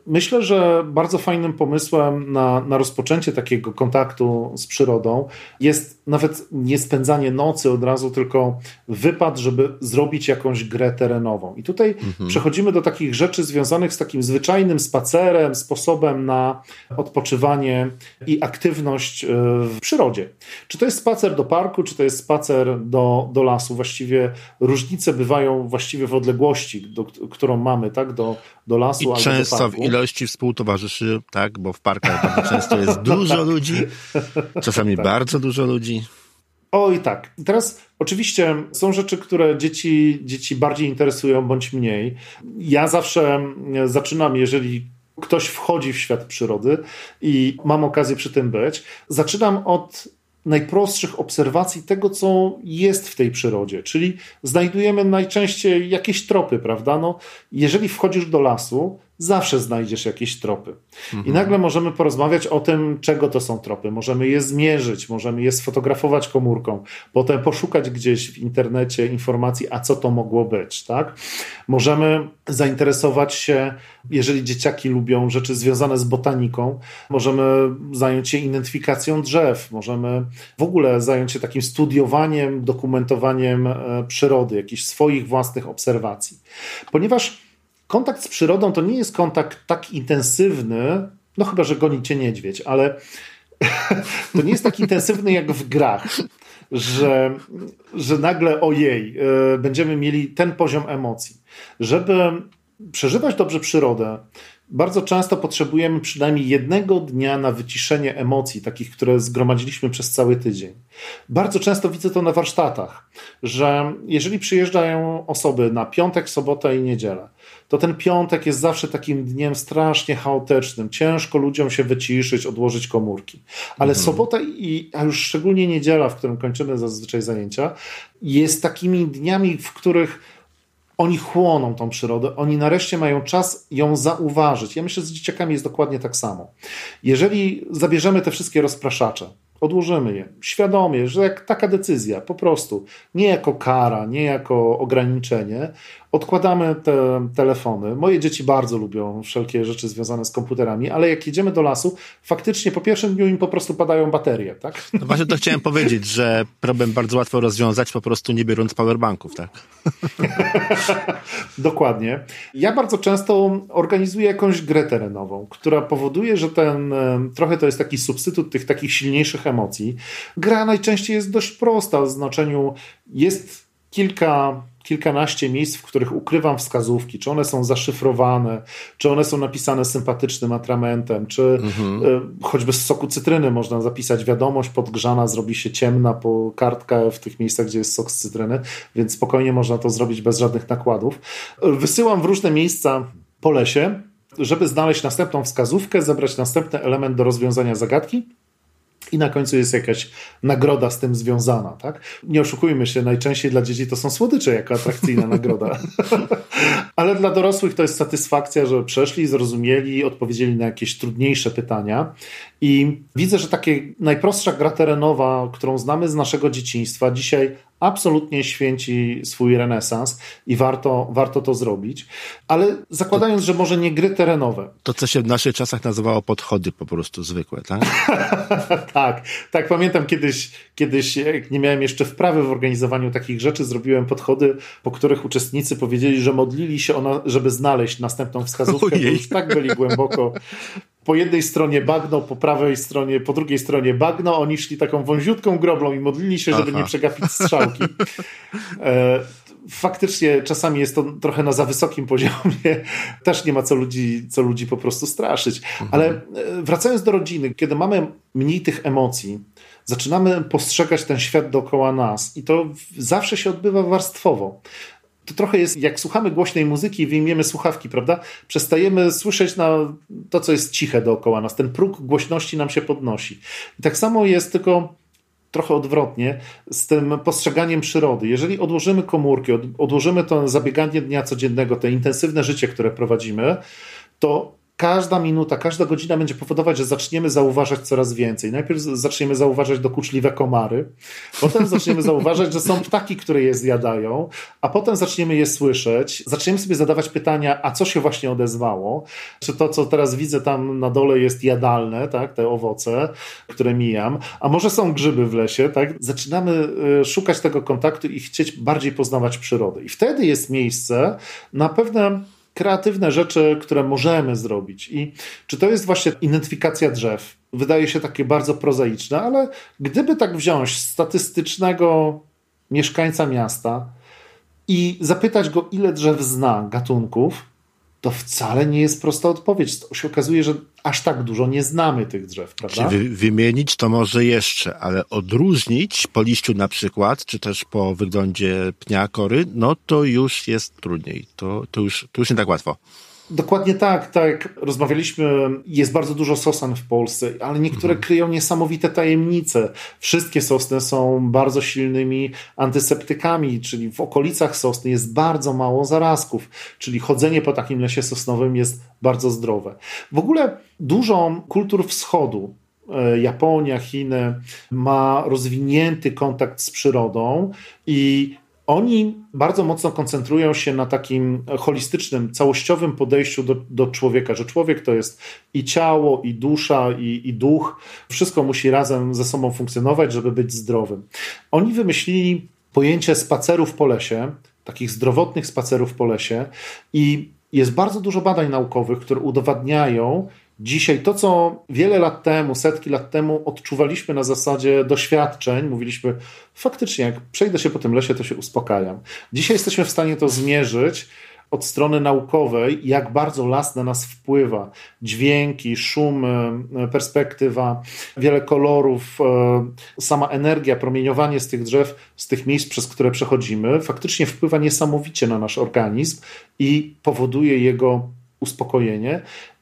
Myślę, że bardzo fajnym pomysłem na rozpoczęcie takiego kontaktu z przyrodą jest nawet nie spędzanie nocy od razu, tylko wypad, żeby zrobić jakąś grę terenową. I tutaj przechodzimy do takich rzeczy związanych z takim zwyczajnym spacerem, sposobem na odpoczywanie i aktywność w przyrodzie. Czy to jest spacer do parku, czy to jest spacer do lasu? Właściwie różnice bywają właściwie w odległości, którą mamy, tak, do lasu albo do parku. I często w ilości współtowarzyszy, tak, bo w parkach bardzo często jest dużo ludzi, czasami bardzo dużo ludzi. Oj tak. Teraz oczywiście są rzeczy, które dzieci bardziej interesują bądź mniej. Ja zawsze zaczynam, jeżeli ktoś wchodzi w świat przyrody i mam okazję przy tym być, zaczynam od najprostszych obserwacji tego, co jest w tej przyrodzie, czyli znajdujemy najczęściej jakieś tropy, prawda? No, jeżeli wchodzisz do lasu, zawsze znajdziesz jakieś tropy. I nagle możemy porozmawiać o tym, czego to są tropy. Możemy je zmierzyć, możemy je sfotografować komórką, potem poszukać gdzieś w internecie informacji, a co to mogło być, tak? Możemy zainteresować się, jeżeli dzieciaki lubią rzeczy związane z botaniką, możemy zająć się identyfikacją drzew, możemy w ogóle zająć się takim studiowaniem, dokumentowaniem przyrody, jakichś swoich własnych obserwacji. Ponieważ kontakt z przyrodą to nie jest kontakt tak intensywny, no chyba że goni cię niedźwiedź, ale to nie jest tak intensywny jak w grach, że nagle ojej, będziemy mieli ten poziom emocji. Żeby przeżywać dobrze przyrodę, bardzo często potrzebujemy przynajmniej jednego dnia na wyciszenie emocji, takich, które zgromadziliśmy przez cały tydzień. Bardzo często widzę to na warsztatach, że jeżeli przyjeżdżają osoby na piątek, sobotę i niedzielę, to ten piątek jest zawsze takim dniem strasznie chaotycznym. Ciężko ludziom się wyciszyć, odłożyć komórki. Ale sobota a już szczególnie niedziela, w którym kończymy zazwyczaj zajęcia, jest takimi dniami, w których oni chłoną tą przyrodę, oni nareszcie mają czas ją zauważyć. Ja myślę, że z dzieciakami jest dokładnie tak samo. Jeżeli zabierzemy te wszystkie rozpraszacze, odłożymy je świadomie, że jak taka decyzja, po prostu, nie jako kara, nie jako ograniczenie, odkładamy te telefony. Moje dzieci bardzo lubią wszelkie rzeczy związane z komputerami, ale jak jedziemy do lasu, faktycznie po pierwszym dniu im po prostu padają baterie, tak? No właśnie to chciałem powiedzieć, że problem bardzo łatwo rozwiązać, po prostu nie biorąc powerbanków, tak? Dokładnie. Ja bardzo często organizuję jakąś grę terenową, która powoduje, że trochę to jest taki substytut tych takich silniejszych emocji. Gra najczęściej jest dość prosta, w znaczeniu jest kilkanaście miejsc, w których ukrywam wskazówki, czy one są zaszyfrowane, czy one są napisane sympatycznym atramentem, czy choćby z soku cytryny można zapisać wiadomość, podgrzana, zrobi się ciemna po kartkę w tych miejscach, gdzie jest sok z cytryny, więc spokojnie można to zrobić bez żadnych nakładów. Wysyłam w różne miejsca po lesie, żeby znaleźć następną wskazówkę, zebrać następny element do rozwiązania zagadki. I na końcu jest jakaś nagroda z tym związana, tak? Nie oszukujmy się, najczęściej dla dzieci to są słodycze jako atrakcyjna nagroda. Ale dla dorosłych to jest satysfakcja, że przeszli, zrozumieli, odpowiedzieli na jakieś trudniejsze pytania. I widzę, że taka najprostsza gra terenowa, którą znamy z naszego dzieciństwa, dzisiaj absolutnie święci swój renesans i warto to zrobić. Ale zakładając, że może nie gry terenowe. To, co się w naszych czasach nazywało podchody po prostu zwykłe, tak? Tak. Pamiętam kiedyś, jak nie miałem jeszcze wprawy w organizowaniu takich rzeczy, zrobiłem podchody, po których uczestnicy powiedzieli, że modlili się żeby znaleźć następną wskazówkę, bo już tak byli głęboko. Po jednej stronie bagno, po drugiej stronie bagno, oni szli taką wąziutką groblą i modlili się, żeby nie przegapić strzałki. Faktycznie czasami jest to trochę na za wysokim poziomie. Też nie ma co ludzi po prostu straszyć. Ale wracając do rodziny, kiedy mamy mniej tych emocji, zaczynamy postrzegać ten świat dookoła nas i to zawsze się odbywa warstwowo. To trochę jest, jak słuchamy głośnej muzyki i wyjmiemy słuchawki, prawda? Przestajemy słyszeć na to, co jest ciche dookoła nas. Ten próg głośności nam się podnosi. I tak samo jest, tylko trochę odwrotnie, z tym postrzeganiem przyrody. Jeżeli odłożymy komórki, odłożymy to zabieganie dnia codziennego, te intensywne życie, które prowadzimy, to każda minuta, każda godzina będzie powodować, że zaczniemy zauważać coraz więcej. Najpierw zaczniemy zauważać dokuczliwe komary, potem zaczniemy zauważać, że są ptaki, które je zjadają, a potem zaczniemy je słyszeć. Zaczniemy sobie zadawać pytania, a co się właśnie odezwało? Czy to, co teraz widzę tam na dole jest jadalne, tak? Te owoce, które mijam, a może są grzyby w lesie, tak? Zaczynamy szukać tego kontaktu i chcieć bardziej poznawać przyrodę. I wtedy jest miejsce na pewne kreatywne rzeczy, które możemy zrobić. I czy to jest właśnie identyfikacja drzew? Wydaje się takie bardzo prozaiczne, ale gdyby tak wziąć statystycznego mieszkańca miasta i zapytać go, ile drzew zna gatunków, to wcale nie jest prosta odpowiedź. To się okazuje, że aż tak dużo nie znamy tych drzew, prawda? Wymienić to może jeszcze, ale odróżnić po liściu na przykład, czy też po wyglądzie pnia, kory, no to już jest trudniej. To już nie tak łatwo. Dokładnie tak, tak. Rozmawialiśmy, jest bardzo dużo sosan w Polsce, ale niektóre kryją niesamowite tajemnice. Wszystkie sosny są bardzo silnymi antyseptykami, czyli w okolicach sosny jest bardzo mało zarazków, czyli chodzenie po takim lesie sosnowym jest bardzo zdrowe. W ogóle dużo kultur wschodu, Japonia, Chiny, ma rozwinięty kontakt z przyrodą i oni bardzo mocno koncentrują się na takim holistycznym, całościowym podejściu do człowieka, że człowiek to jest i ciało, i dusza, i duch. Wszystko musi razem ze sobą funkcjonować, żeby być zdrowym. Oni wymyślili pojęcie spacerów po lesie, takich zdrowotnych spacerów po lesie i jest bardzo dużo badań naukowych, które udowadniają dzisiaj to, co wiele lat temu, setki lat temu odczuwaliśmy na zasadzie doświadczeń, mówiliśmy, faktycznie jak przejdę się po tym lesie, to się uspokajam. Dzisiaj jesteśmy w stanie to zmierzyć od strony naukowej, jak bardzo las na nas wpływa. Dźwięki, szumy, perspektywa, wiele kolorów, sama energia, promieniowanie z tych drzew, z tych miejsc, przez które przechodzimy, faktycznie wpływa niesamowicie na nasz organizm i powoduje jego uspokojenie.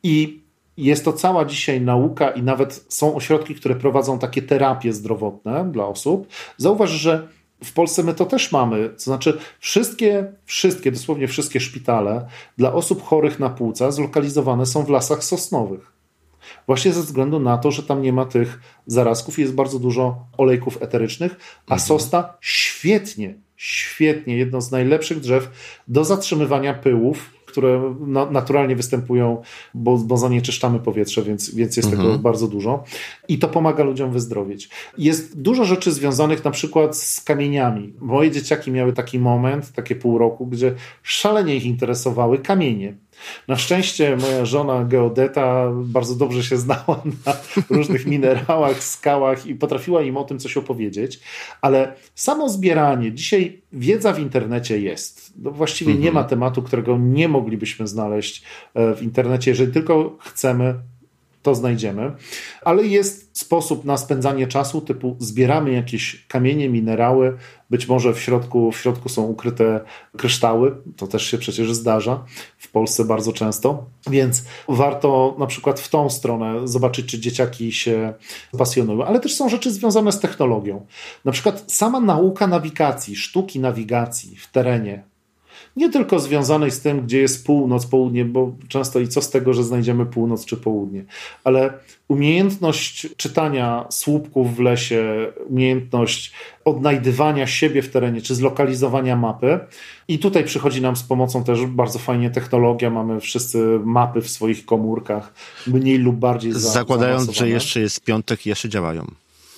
I jest to cała dzisiaj nauka i nawet są ośrodki, które prowadzą takie terapie zdrowotne dla osób. Zauważ, że w Polsce my to też mamy. To znaczy wszystkie, dosłownie wszystkie szpitale dla osób chorych na płuca zlokalizowane są w lasach sosnowych. Właśnie ze względu na to, że tam nie ma tych zarazków i jest bardzo dużo olejków eterycznych, a sosna świetnie, jedno z najlepszych drzew do zatrzymywania pyłów, które naturalnie występują, bo zanieczyszczamy powietrze, więc jest tego bardzo dużo. I to pomaga ludziom wyzdrowieć. Jest dużo rzeczy związanych na przykład z kamieniami. Moje dzieciaki miały taki moment, takie pół roku, gdzie szalenie ich interesowały kamienie. Na szczęście moja żona geodeta bardzo dobrze się znała na różnych minerałach, skałach i potrafiła im o tym coś opowiedzieć, ale samo zbieranie, dzisiaj wiedza w internecie jest. No właściwie nie ma tematu, którego nie moglibyśmy znaleźć w internecie. Jeżeli tylko chcemy, to znajdziemy. Ale jest sposób na spędzanie czasu, typu zbieramy jakieś kamienie, minerały, być może w środku są ukryte kryształy, to też się przecież zdarza w Polsce bardzo często, więc warto na przykład w tą stronę zobaczyć, czy dzieciaki się pasjonują, ale też są rzeczy związane z technologią. Na przykład sama nauka nawigacji, sztuki nawigacji w terenie, nie tylko związanej z tym, gdzie jest północ, południe, bo często i co z tego, że znajdziemy północ czy południe, ale umiejętność czytania słupków w lesie, umiejętność odnajdywania siebie w terenie, czy zlokalizowania mapy. I tutaj przychodzi nam z pomocą też bardzo fajnie technologia, mamy wszyscy mapy w swoich komórkach, mniej lub bardziej zakładając, że jeszcze jest piątek i jeszcze działają.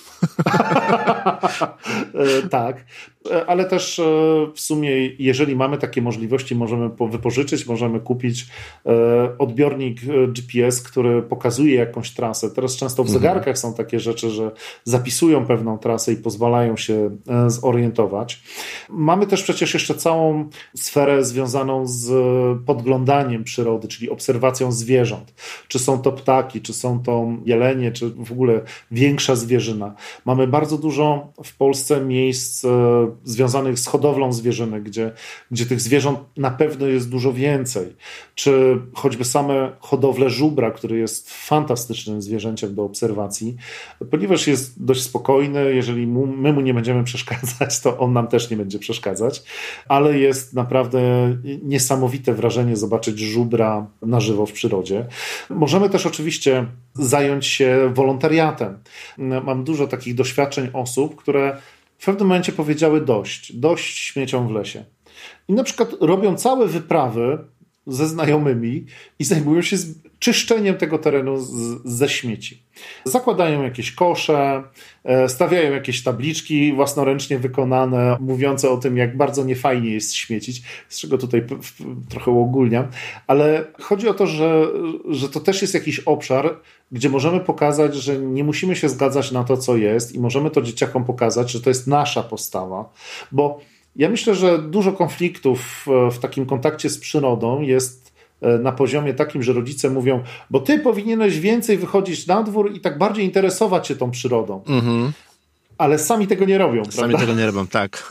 Tak, ale też w sumie, jeżeli mamy takie możliwości, możemy wypożyczyć, możemy kupić odbiornik GPS, który pokazuje jakąś trasę. Teraz często w zegarkach są takie rzeczy, że zapisują pewną trasę i pozwalają się zorientować. Mamy też przecież jeszcze całą sferę związaną z podglądaniem przyrody, czyli obserwacją zwierząt. Czy są to ptaki, czy są to jelenie, czy w ogóle większa zwierzyna. Mamy bardzo dużo w Polsce miejsc związanych z hodowlą zwierzynek, gdzie tych zwierząt na pewno jest dużo więcej, czy choćby same hodowle żubra, który jest fantastycznym zwierzęciem do obserwacji, ponieważ jest dość spokojny, jeżeli my mu nie będziemy przeszkadzać, to on nam też nie będzie przeszkadzać, ale jest naprawdę niesamowite wrażenie zobaczyć żubra na żywo w przyrodzie. Możemy też oczywiście zająć się wolontariatem. Mam dużo takich doświadczeń osób, które w pewnym momencie powiedziały dość śmieciom w lesie. I na przykład robią całe wyprawy ze znajomymi i zajmują się czyszczeniem tego terenu ze śmieci. Zakładają jakieś kosze, stawiają jakieś tabliczki własnoręcznie wykonane, mówiące o tym, jak bardzo niefajnie jest śmiecić, z czego tutaj trochę uogólniam, ale chodzi o to, że to też jest jakiś obszar, gdzie możemy pokazać, że nie musimy się zgadzać na to, co jest i możemy to dzieciakom pokazać, że to jest nasza postawa, bo ja myślę, że dużo konfliktów w takim kontakcie z przyrodą jest na poziomie takim, że rodzice mówią, bo ty powinieneś więcej wychodzić na dwór i tak bardziej interesować się tą przyrodą. Ale sami tego nie robią. Sami tego nie robią, tak.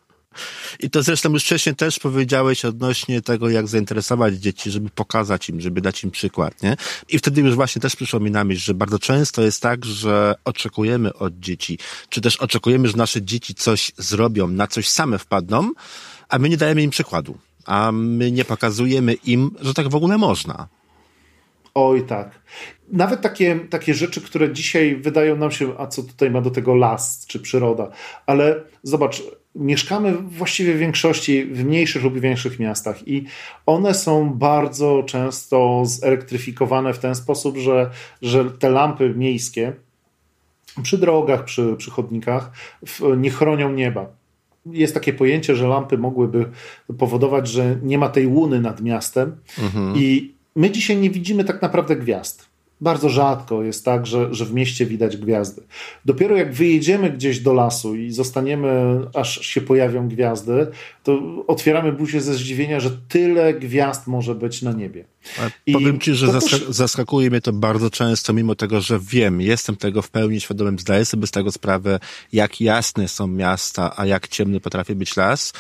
I to zresztą już wcześniej też powiedziałeś odnośnie tego, jak zainteresować dzieci, żeby pokazać im, żeby dać im przykład, nie? I wtedy już właśnie też przyszło mi na myśl, że bardzo często jest tak, że oczekujemy od dzieci, czy też oczekujemy, że nasze dzieci coś zrobią, na coś same wpadną, a my nie dajemy im przykładu. A my nie pokazujemy im, że tak w ogóle można. Oj, tak. Nawet takie rzeczy, które dzisiaj wydają nam się, a co tutaj ma do tego las czy przyroda, ale zobacz, mieszkamy właściwie w większości w mniejszych lub większych miastach i one są bardzo często zelektryfikowane w ten sposób, że te lampy miejskie przy drogach, przy chodnikach nie chronią nieba. Jest takie pojęcie, że lampy mogłyby powodować, że nie ma tej łuny nad miastem i my dzisiaj nie widzimy tak naprawdę gwiazd. Bardzo rzadko jest tak, że w mieście widać gwiazdy. Dopiero jak wyjedziemy gdzieś do lasu i zostaniemy, aż się pojawią gwiazdy, to otwieramy buzię ze zdziwienia, że tyle gwiazd może być na niebie. Powiem ci, że zaskakuje mnie to bardzo często, mimo tego, że wiem, jestem tego w pełni świadomym, zdaję sobie z tego sprawę, jak jasne są miasta, a jak ciemny potrafi być las.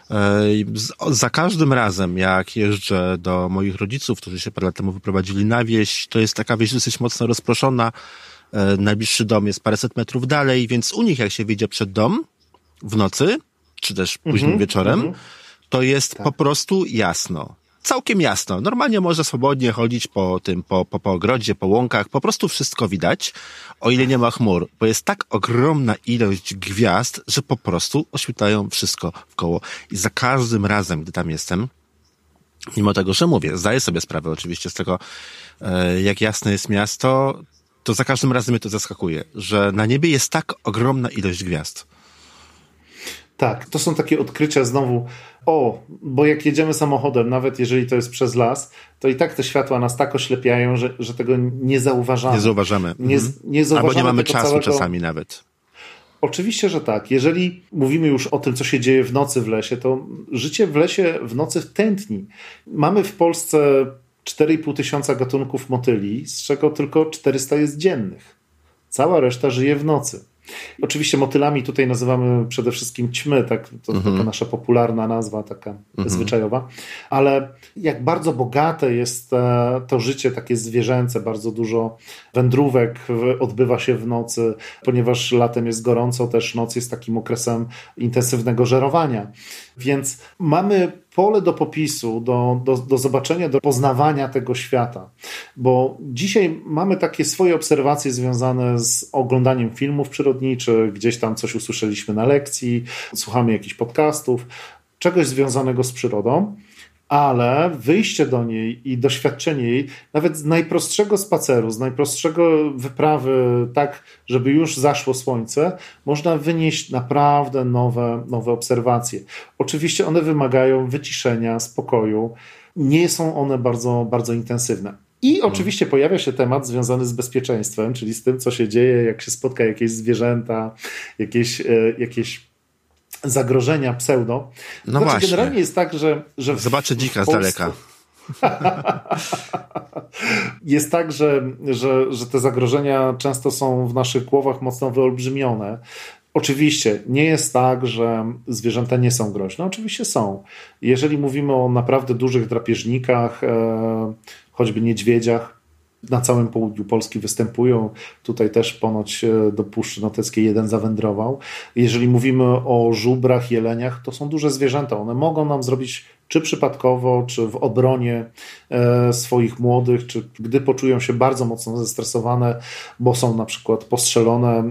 Za każdym razem, jak jeżdżę do moich rodziców, którzy się parę lat temu wyprowadzili na wieś, to jest taka wieś dosyć mocno rozproszona. Najbliższy dom jest paręset metrów dalej, więc u nich jak się wyjdzie przed dom w nocy, czy też późnym wieczorem, to jest po prostu jasno. Całkiem jasno. Normalnie można swobodnie chodzić po ogrodzie, po łąkach. Po prostu wszystko widać, o ile nie ma chmur. Bo jest tak ogromna ilość gwiazd, że po prostu oświetlają wszystko wkoło. I za każdym razem, gdy tam jestem, mimo tego, że mówię, zdaję sobie sprawę oczywiście z tego, jak jasne jest miasto, to za każdym razem mnie to zaskakuje, że na niebie jest tak ogromna ilość gwiazd. Tak, to są takie odkrycia znowu, bo jak jedziemy samochodem, nawet jeżeli to jest przez las, to i tak te światła nas tak oślepiają, że tego nie zauważamy. Nie zauważamy. Nie zauważamy. Albo nie mamy czasu czasami nawet. Oczywiście, że tak. Jeżeli mówimy już o tym, co się dzieje w nocy w lesie, to życie w lesie w nocy tętni. Mamy w Polsce 4,5 tysiąca gatunków motyli, z czego tylko 400 jest dziennych. Cała reszta żyje w nocy. Oczywiście motylami tutaj nazywamy przede wszystkim ćmy, tak? To taka nasza popularna nazwa, taka zwyczajowa, ale jak bardzo bogate jest to życie takie zwierzęce, bardzo dużo wędrówek odbywa się w nocy, ponieważ latem jest gorąco, też noc jest takim okresem intensywnego żerowania. Więc mamy pole do popisu, do zobaczenia, do poznawania tego świata. Bo dzisiaj mamy takie swoje obserwacje związane z oglądaniem filmów przyrodniczych, gdzieś tam coś usłyszeliśmy na lekcji, słuchamy jakichś podcastów, czegoś związanego z przyrodą, ale wyjście do niej i doświadczenie jej, nawet z najprostszego spaceru, z najprostszego wyprawy, tak, żeby już zaszło słońce, można wynieść naprawdę nowe obserwacje. Oczywiście one wymagają wyciszenia, spokoju. Nie są one bardzo, bardzo intensywne. I oczywiście pojawia się temat związany z bezpieczeństwem, czyli z tym, co się dzieje, jak się spotka jakieś zwierzęta, jakieś zagrożenia pseudo. No właśnie. Generalnie jest tak, że zobaczę dzika z daleka. Jest tak, że te zagrożenia często są w naszych głowach mocno wyolbrzymione. Oczywiście nie jest tak, że zwierzęta nie są groźne. Oczywiście są. Jeżeli mówimy o naprawdę dużych drapieżnikach, choćby niedźwiedziach, na całym południu Polski występują. Tutaj też ponoć do Puszczy Noteckiej jeden zawędrował. Jeżeli mówimy o żubrach, jeleniach, to są duże zwierzęta. One mogą nam zrobić czy przypadkowo, czy w obronie swoich młodych, czy gdy poczują się bardzo mocno zestresowane, bo są na przykład postrzelone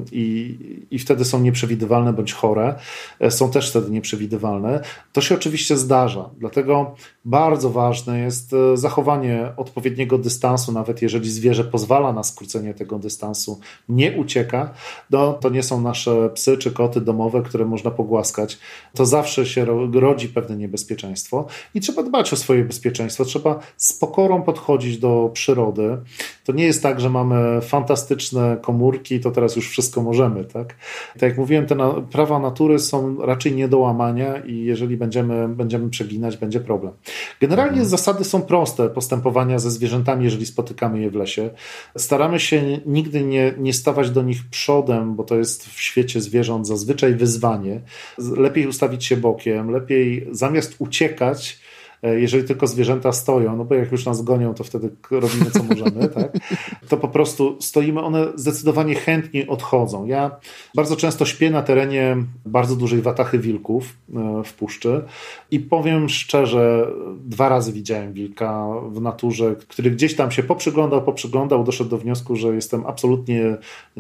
i wtedy są nieprzewidywalne bądź chore, są też wtedy nieprzewidywalne. To się oczywiście zdarza, dlatego bardzo ważne jest zachowanie odpowiedniego dystansu, nawet jeżeli zwierzę pozwala na skrócenie tego dystansu, nie ucieka, to nie są nasze psy czy koty domowe, które można pogłaskać. To zawsze się rodzi pewne niebezpieczeństwo. I trzeba dbać o swoje bezpieczeństwo, trzeba z pokorą podchodzić do przyrody. To nie jest tak, że mamy fantastyczne komórki, to teraz już wszystko możemy, tak? Tak jak mówiłem, te prawa natury są raczej nie do łamania i jeżeli będziemy przeginać, będzie problem. Generalnie zasady są proste postępowania ze zwierzętami, jeżeli spotykamy je w lesie. Staramy się nigdy nie stawać do nich przodem, bo to jest w świecie zwierząt zazwyczaj wyzwanie. Lepiej ustawić się bokiem, lepiej zamiast uciekać, jeżeli tylko zwierzęta stoją, no bo jak już nas gonią, to wtedy robimy co możemy, tak? To po prostu stoimy, one zdecydowanie chętniej odchodzą. Ja bardzo często śpię na terenie bardzo dużej watachy wilków w puszczy i powiem szczerze, 2 razy widziałem wilka w naturze, który gdzieś tam się poprzyglądał, doszedł do wniosku, że jestem absolutnie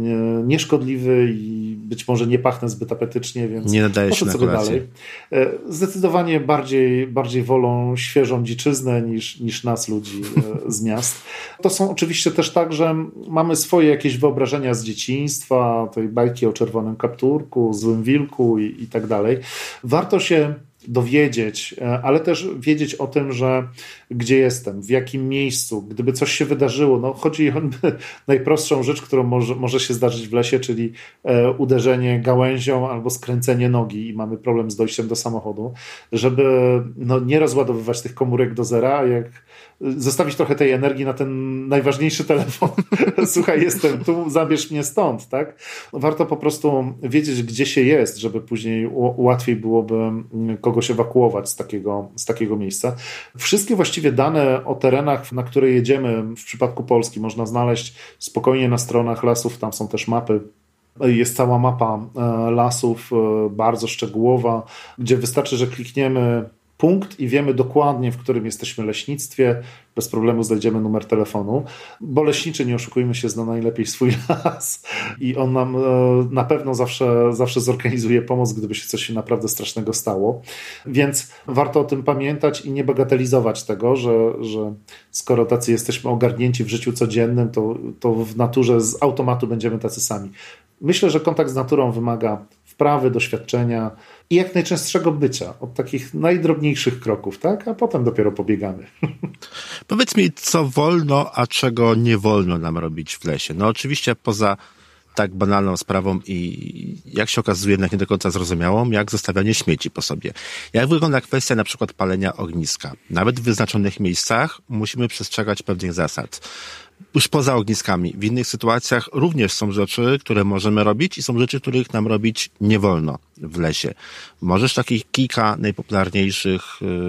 nieszkodliwy i być może nie pachnę zbyt apetycznie, więc nie nadaje się na sobie dalej. Zdecydowanie bardziej wolą świeżą dziczyznę niż nas, ludzi z miast. To są oczywiście też tak, że mamy swoje jakieś wyobrażenia z dzieciństwa, tej bajki o czerwonym kapturku, złym wilku i tak dalej. Warto się dowiedzieć, ale też wiedzieć o tym, że gdzie jestem, w jakim miejscu, gdyby coś się wydarzyło. No, chodzi o najprostszą rzecz, którą może się zdarzyć w lesie, czyli uderzenie gałęzią albo skręcenie nogi i mamy problem z dojściem do samochodu, żeby nie rozładowywać tych komórek do zera, jak zostawić trochę tej energii na ten najważniejszy telefon. Słuchaj, jestem tu, zabierz mnie stąd, tak? Warto po prostu wiedzieć, gdzie się jest, żeby później łatwiej byłoby kogoś ewakuować z takiego miejsca. Wszystkie właściwie dane o terenach, na które jedziemy w przypadku Polski, można znaleźć spokojnie na stronach lasów, tam są też mapy. Jest cała mapa lasów, bardzo szczegółowa, gdzie wystarczy, że klikniemy punkt i wiemy dokładnie, w którym jesteśmy leśnictwie. Bez problemu znajdziemy numer telefonu, bo leśniczy, nie oszukujmy się, zna najlepiej swój las i on nam na pewno zawsze zorganizuje pomoc, gdyby się coś naprawdę strasznego stało. Więc warto o tym pamiętać i nie bagatelizować tego, że skoro tacy jesteśmy ogarnięci w życiu codziennym, to w naturze z automatu będziemy tacy sami. Myślę, że kontakt z naturą wymaga wprawy, doświadczenia i jak najczęstszego bycia, od takich najdrobniejszych kroków, tak? A potem dopiero pobiegamy. Powiedz mi, co wolno, a czego nie wolno nam robić w lesie? No oczywiście poza tak banalną sprawą i jak się okazuje jednak nie do końca zrozumiałą, jak zostawianie śmieci po sobie. Jak wygląda kwestia na przykład palenia ogniska? Nawet w wyznaczonych miejscach musimy przestrzegać pewnych zasad. Już poza ogniskami, w innych sytuacjach również są rzeczy, które możemy robić i są rzeczy, których nam robić nie wolno w lesie. Możesz takich kilka najpopularniejszych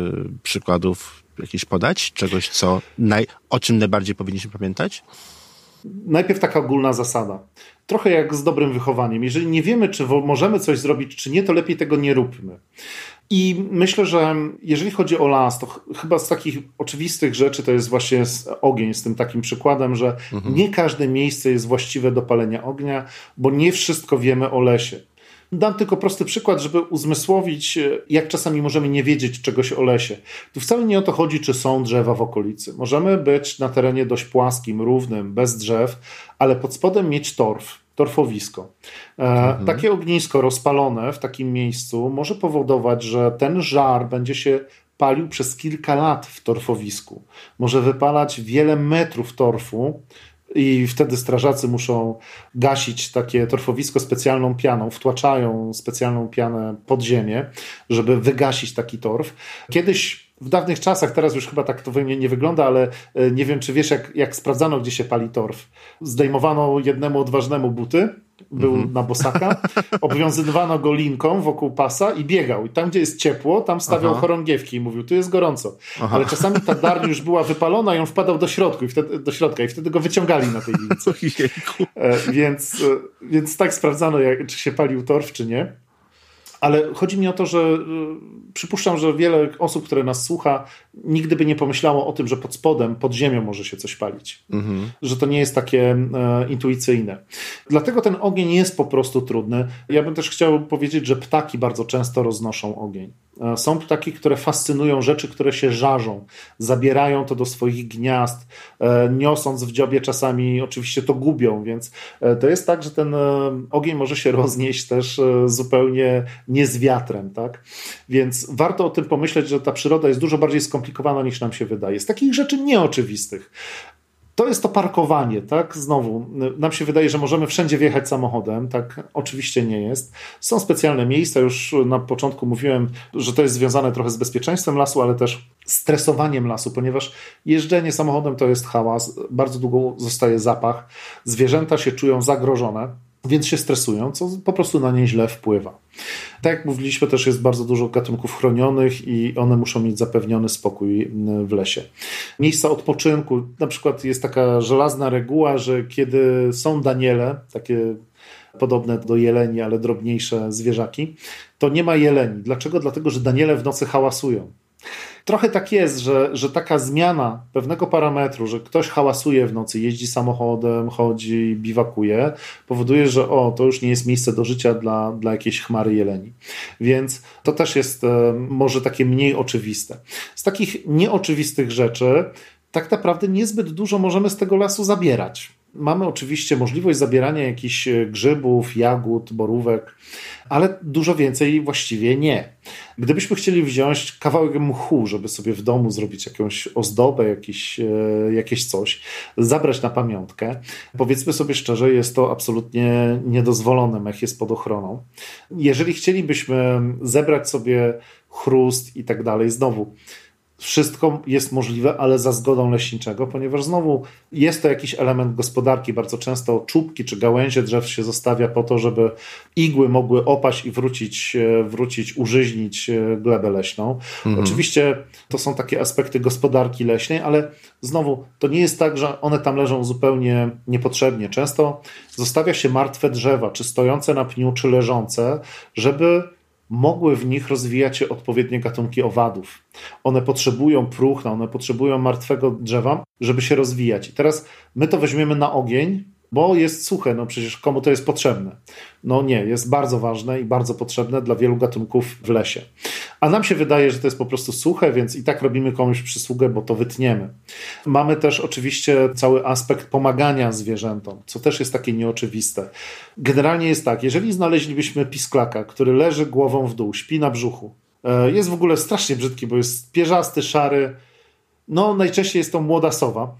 przykładów jakieś podać? Czegoś, o czym najbardziej powinniśmy pamiętać? Najpierw taka ogólna zasada. Trochę jak z dobrym wychowaniem. Jeżeli nie wiemy, czy możemy coś zrobić, czy nie, to lepiej tego nie róbmy. I myślę, że jeżeli chodzi o las, to chyba z takich oczywistych rzeczy to jest właśnie ogień z tym takim przykładem, że nie każde miejsce jest właściwe do palenia ognia, bo nie wszystko wiemy o lesie. Dam tylko prosty przykład, żeby uzmysłowić, jak czasami możemy nie wiedzieć czegoś o lesie. Tu wcale nie o to chodzi, czy są drzewa w okolicy. Możemy być na terenie dość płaskim, równym, bez drzew, ale pod spodem mieć torfowisko. Takie ognisko rozpalone w takim miejscu może powodować, że ten żar będzie się palił przez kilka lat w torfowisku. Może wypalać wiele metrów torfu, i wtedy strażacy muszą gasić takie torfowisko specjalną pianą, wtłaczają specjalną pianę pod ziemię, żeby wygasić taki torf. Kiedyś w dawnych czasach, teraz już chyba tak to nie wygląda, ale nie wiem, czy wiesz, jak sprawdzano, gdzie się pali torf. Zdejmowano jednemu odważnemu buty był na bosaka, obwiązywano go linką wokół pasa i biegał. I tam, gdzie jest ciepło, tam stawiał chorągiewki i mówił, tu jest gorąco. Ale czasami ta darnia już była wypalona i on wpadał do środka i wtedy go wyciągali na tej lince. Więc tak sprawdzano, czy się palił torf, czy nie. Ale chodzi mi o to, że przypuszczam, że wiele osób, które nas słucha, nigdy by nie pomyślało o tym, że pod spodem, pod ziemią może się coś palić. Że to nie jest takie intuicyjne. Dlatego ten ogień jest po prostu trudny. Ja bym też chciał powiedzieć, że ptaki bardzo często roznoszą ogień. Są ptaki, które fascynują rzeczy, które się żarzą. Zabierają to do swoich gniazd, niosąc w dziobie czasami oczywiście to gubią, więc to jest tak, że ten ogień może się roznieść też zupełnie nie z wiatrem, tak? Więc warto o tym pomyśleć, że ta przyroda jest dużo bardziej skomplikowana niż nam się wydaje. Z takich rzeczy nieoczywistych. To jest to parkowanie, tak? Znowu, nam się wydaje, że możemy wszędzie wjechać samochodem, tak? Oczywiście nie jest. Są specjalne miejsca, już na początku mówiłem, że to jest związane trochę z bezpieczeństwem lasu, ale też stresowaniem lasu, ponieważ jeżdżenie samochodem to jest hałas, bardzo długo zostaje zapach, zwierzęta się czują zagrożone, więc się stresują, co po prostu na nie źle wpływa. Tak jak mówiliśmy, też jest bardzo dużo gatunków chronionych i one muszą mieć zapewniony spokój w lesie. Miejsca odpoczynku, na przykład jest taka żelazna reguła, że kiedy są daniele, takie podobne do jeleni, ale drobniejsze zwierzaki, to nie ma jeleni. Dlaczego? Dlatego, że daniele w nocy hałasują. Trochę tak jest, że taka zmiana pewnego parametru, że ktoś hałasuje w nocy, jeździ samochodem, chodzi, biwakuje, powoduje, że to już nie jest miejsce do życia dla jakiejś chmary jeleni. Więc to też jest może takie mniej oczywiste. Z takich nieoczywistych rzeczy tak naprawdę niezbyt dużo możemy z tego lasu zabierać. Mamy oczywiście możliwość zabierania jakichś grzybów, jagód, borówek, ale dużo więcej właściwie nie. Gdybyśmy chcieli wziąć kawałek mchu, żeby sobie w domu zrobić jakąś ozdobę, jakieś coś, zabrać na pamiątkę, powiedzmy sobie szczerze, jest to absolutnie niedozwolone, mech jest pod ochroną. Jeżeli chcielibyśmy zebrać sobie chrust i tak dalej, znowu, wszystko jest możliwe, ale za zgodą leśniczego, ponieważ znowu jest to jakiś element gospodarki. Bardzo często czubki czy gałęzie drzew się zostawia po to, żeby igły mogły opaść i wrócić, użyźnić glebę leśną. Oczywiście to są takie aspekty gospodarki leśnej, ale znowu to nie jest tak, że one tam leżą zupełnie niepotrzebnie. Często zostawia się martwe drzewa, czy stojące na pniu, czy leżące, żeby mogły w nich rozwijać się odpowiednie gatunki owadów. One potrzebują próchna, one potrzebują martwego drzewa, żeby się rozwijać. I teraz my to weźmiemy na ogień, bo jest suche, no przecież komu to jest potrzebne? No nie, jest bardzo ważne i bardzo potrzebne dla wielu gatunków w lesie. A nam się wydaje, że to jest po prostu suche, więc i tak robimy komuś przysługę, bo to wytniemy. Mamy też oczywiście cały aspekt pomagania zwierzętom, co też jest takie nieoczywiste. Generalnie jest tak, jeżeli znaleźlibyśmy pisklaka, który leży głową w dół, śpi na brzuchu, jest w ogóle strasznie brzydki, bo jest pierzasty, szary, no najczęściej jest to młoda sowa,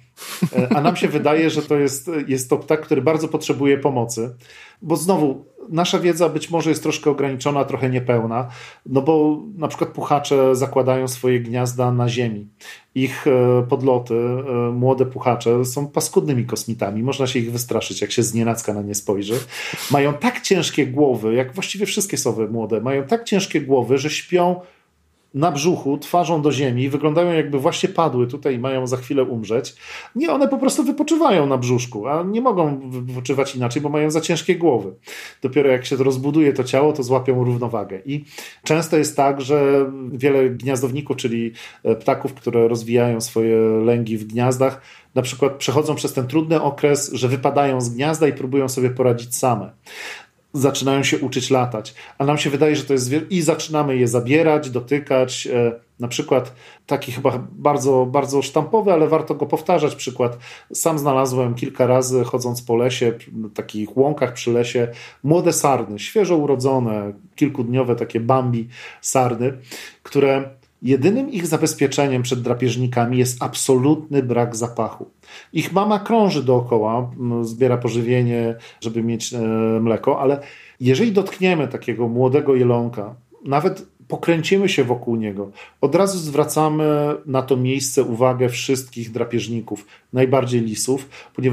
a nam się wydaje, że to jest to ptak, który bardzo potrzebuje pomocy, bo znowu nasza wiedza być może jest troszkę ograniczona, trochę niepełna, no bo na przykład puchacze zakładają swoje gniazda na ziemi. Ich podloty, młode puchacze są paskudnymi kosmitami, można się ich wystraszyć, jak się znienacka na nie spojrzy. Mają tak ciężkie głowy, jak właściwie wszystkie sowy młode, mają tak ciężkie głowy, że śpią na brzuchu, twarzą do ziemi, wyglądają jakby właśnie padły tutaj i mają za chwilę umrzeć. Nie, one po prostu wypoczywają na brzuszku, a nie mogą wypoczywać inaczej, bo mają za ciężkie głowy. Dopiero jak się rozbuduje to ciało, to złapią równowagę. I często jest tak, że wiele gniazdowników, czyli ptaków, które rozwijają swoje lęgi w gniazdach, na przykład przechodzą przez ten trudny okres, że wypadają z gniazda i próbują sobie poradzić same. Zaczynają się uczyć latać, a nam się wydaje, że to jest i zaczynamy je zabierać, dotykać. Na przykład taki chyba bardzo, bardzo sztampowy, ale warto go powtarzać przykład. Sam znalazłem kilka razy, chodząc po lesie, w takich łąkach przy lesie, młode sarny, świeżo urodzone, kilkudniowe takie Bambi sarny, które jedynym ich zabezpieczeniem przed drapieżnikami jest absolutny brak zapachu. Ich mama krąży dookoła, zbiera pożywienie, żeby mieć mleko, ale jeżeli dotkniemy takiego młodego jelonka, nawet pokręcimy się wokół niego, od razu zwracamy na to miejsce uwagę wszystkich drapieżników, najbardziej lisów, ponieważ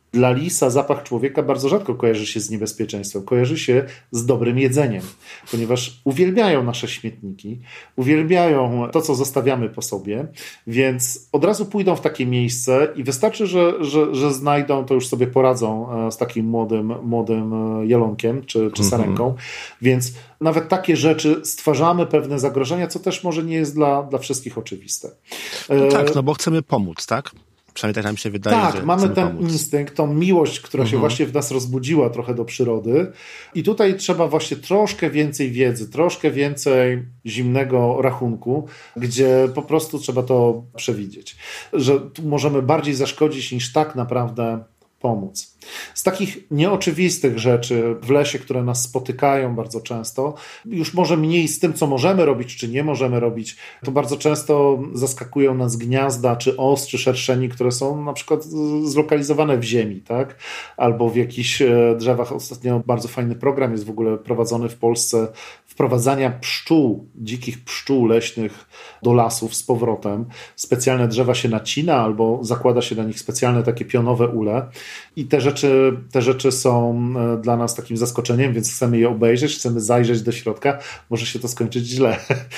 Dla lisa zapach człowieka bardzo rzadko kojarzy się z niebezpieczeństwem, kojarzy się z dobrym jedzeniem, ponieważ uwielbiają nasze śmietniki, uwielbiają to, co zostawiamy po sobie, więc od razu pójdą w takie miejsce i wystarczy, że znajdą, to już sobie poradzą z takim młodym jelonkiem czy sarenką, więc nawet takie rzeczy stwarzamy pewne zagrożenia, co też może nie jest dla wszystkich oczywiste. No tak, no bo chcemy pomóc, tak? Przynajmniej tak nam się wydaje, że tak, mamy ten pomóc. instynkt, tą miłość, która się właśnie w nas rozbudziła trochę do przyrody i tutaj trzeba właśnie troszkę więcej wiedzy, troszkę więcej zimnego rachunku, gdzie po prostu trzeba to przewidzieć, że tu możemy bardziej zaszkodzić niż tak naprawdę pomóc. Z takich nieoczywistych rzeczy w lesie, które nas spotykają bardzo często, już może mniej z tym, co możemy robić, czy nie możemy robić, to bardzo często zaskakują nas gniazda, czy os, czy szerszeni, które są na przykład zlokalizowane w ziemi, tak? Albo w jakichś drzewach. Ostatnio bardzo fajny program jest w ogóle prowadzony w Polsce, wprowadzania pszczół, dzikich pszczół leśnych do lasów z powrotem. Specjalne drzewa się nacina albo zakłada się na nich specjalne takie pionowe ule i te rzeczy są dla nas takim zaskoczeniem, więc chcemy je obejrzeć, chcemy zajrzeć do środka, może się to skończyć źle,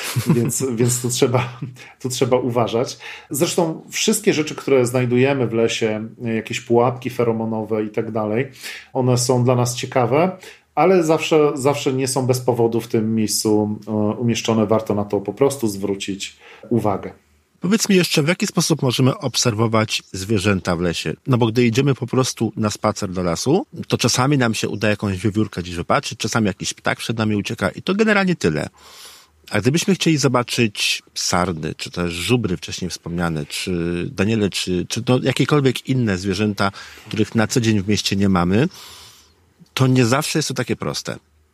więc tu trzeba uważać. Zresztą wszystkie rzeczy, które znajdujemy w lesie, jakieś pułapki feromonowe i tak dalej, one są dla nas ciekawe, ale zawsze nie są bez powodu w tym miejscu umieszczone. Warto na to po prostu zwrócić uwagę. Powiedz mi jeszcze, w jaki sposób możemy obserwować zwierzęta w lesie? No bo gdy idziemy po prostu na spacer do lasu, to czasami nam się uda jakąś wiewiórkę gdzieś wypatrzyć, czasami jakiś ptak przed nami ucieka i to generalnie tyle. A gdybyśmy chcieli zobaczyć sarny, czy też żubry wcześniej wspomniane, czy daniele, czy to jakiekolwiek inne zwierzęta, których na co dzień w mieście nie mamy, to nie zawsze jest to takie proste.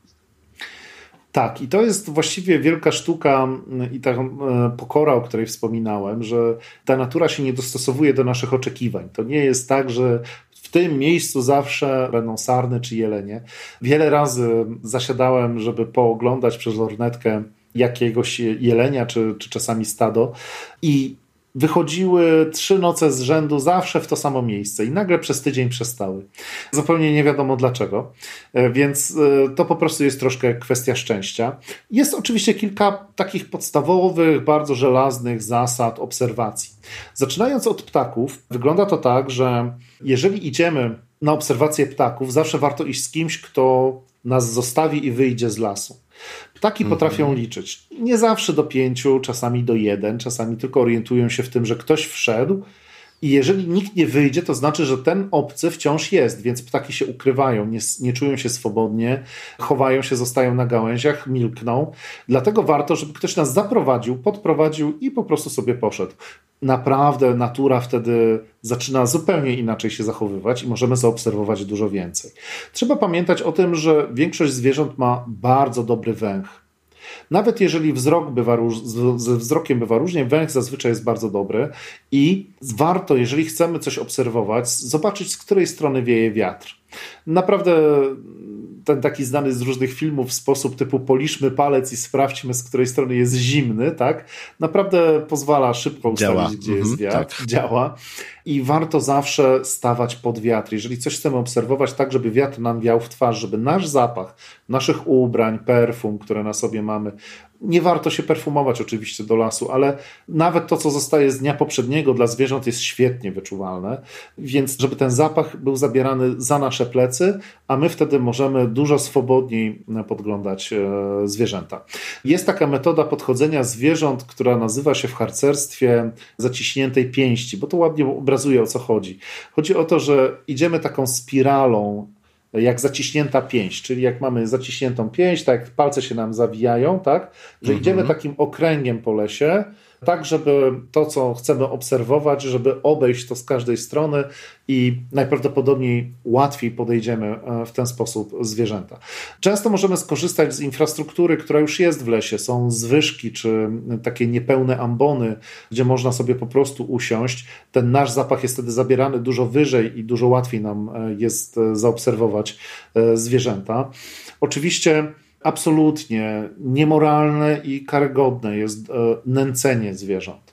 Tak, i to jest właściwie wielka sztuka i ta pokora, o której wspominałem, że ta natura się nie dostosowuje do naszych oczekiwań. To nie jest tak, że w tym miejscu zawsze będą sarny czy jelenie. Wiele razy zasiadałem, żeby pooglądać przez lornetkę jakiegoś jelenia czy czasami stado i wychodziły 3 noce z rzędu zawsze w to samo miejsce i nagle przez tydzień przestały. Zupełnie nie wiadomo dlaczego, więc to po prostu jest troszkę kwestia szczęścia. Jest oczywiście kilka takich podstawowych, bardzo żelaznych zasad obserwacji. Zaczynając od ptaków, wygląda to tak, że jeżeli idziemy na obserwację ptaków, zawsze warto iść z kimś, kto nas zostawi i wyjdzie z lasu. Ptaki potrafią liczyć. Nie zawsze do 5, czasami do 1, czasami tylko orientują się w tym, że ktoś wszedł i jeżeli nikt nie wyjdzie, to znaczy, że ten obcy wciąż jest, więc ptaki się ukrywają, nie czują się swobodnie, chowają się, zostają na gałęziach, milkną. Dlatego warto, żeby ktoś nas zaprowadził, podprowadził i po prostu sobie poszedł. Naprawdę natura wtedy zaczyna zupełnie inaczej się zachowywać i możemy zaobserwować dużo więcej. Trzeba pamiętać o tym, że większość zwierząt ma bardzo dobry węch. Nawet jeżeli ze wzrokiem bywa różnie, węch zazwyczaj jest bardzo dobry i warto, jeżeli chcemy coś obserwować, zobaczyć, z której strony wieje wiatr. Naprawdę ten taki znany z różnych filmów sposób typu policzmy palec i sprawdźmy, z której strony jest zimny, tak? Naprawdę pozwala szybko ustalić, gdzie jest wiatr. Tak. Działa. I warto zawsze stawać pod wiatr. Jeżeli coś chcemy obserwować tak, żeby wiatr nam wiał w twarz, żeby nasz zapach, naszych ubrań, perfum, które na sobie mamy, nie warto się perfumować oczywiście do lasu, ale nawet to, co zostaje z dnia poprzedniego dla zwierząt jest świetnie wyczuwalne, więc żeby ten zapach był zabierany za nasze plecy, a my wtedy możemy dużo swobodniej podglądać zwierzęta. Jest taka metoda podchodzenia zwierząt, która nazywa się w harcerstwie zaciśniętej pięści, bo to ładnie obrazuje, o co chodzi. Chodzi o to, że idziemy taką spiralą, jak zaciśnięta pięść, czyli jak mamy zaciśniętą pięść, tak jak palce się nam zawijają, tak, że idziemy takim okręgiem po lesie, tak żeby to, co chcemy obserwować, żeby obejść to z każdej strony i najprawdopodobniej łatwiej podejdziemy w ten sposób zwierzęta. Często możemy skorzystać z infrastruktury, która już jest w lesie. Są zwyżki czy takie niepełne ambony, gdzie można sobie po prostu usiąść. Ten nasz zapach jest wtedy zabierany dużo wyżej i dużo łatwiej nam jest zaobserwować zwierzęta. Oczywiście absolutnie niemoralne i karygodne jest nęcenie zwierząt.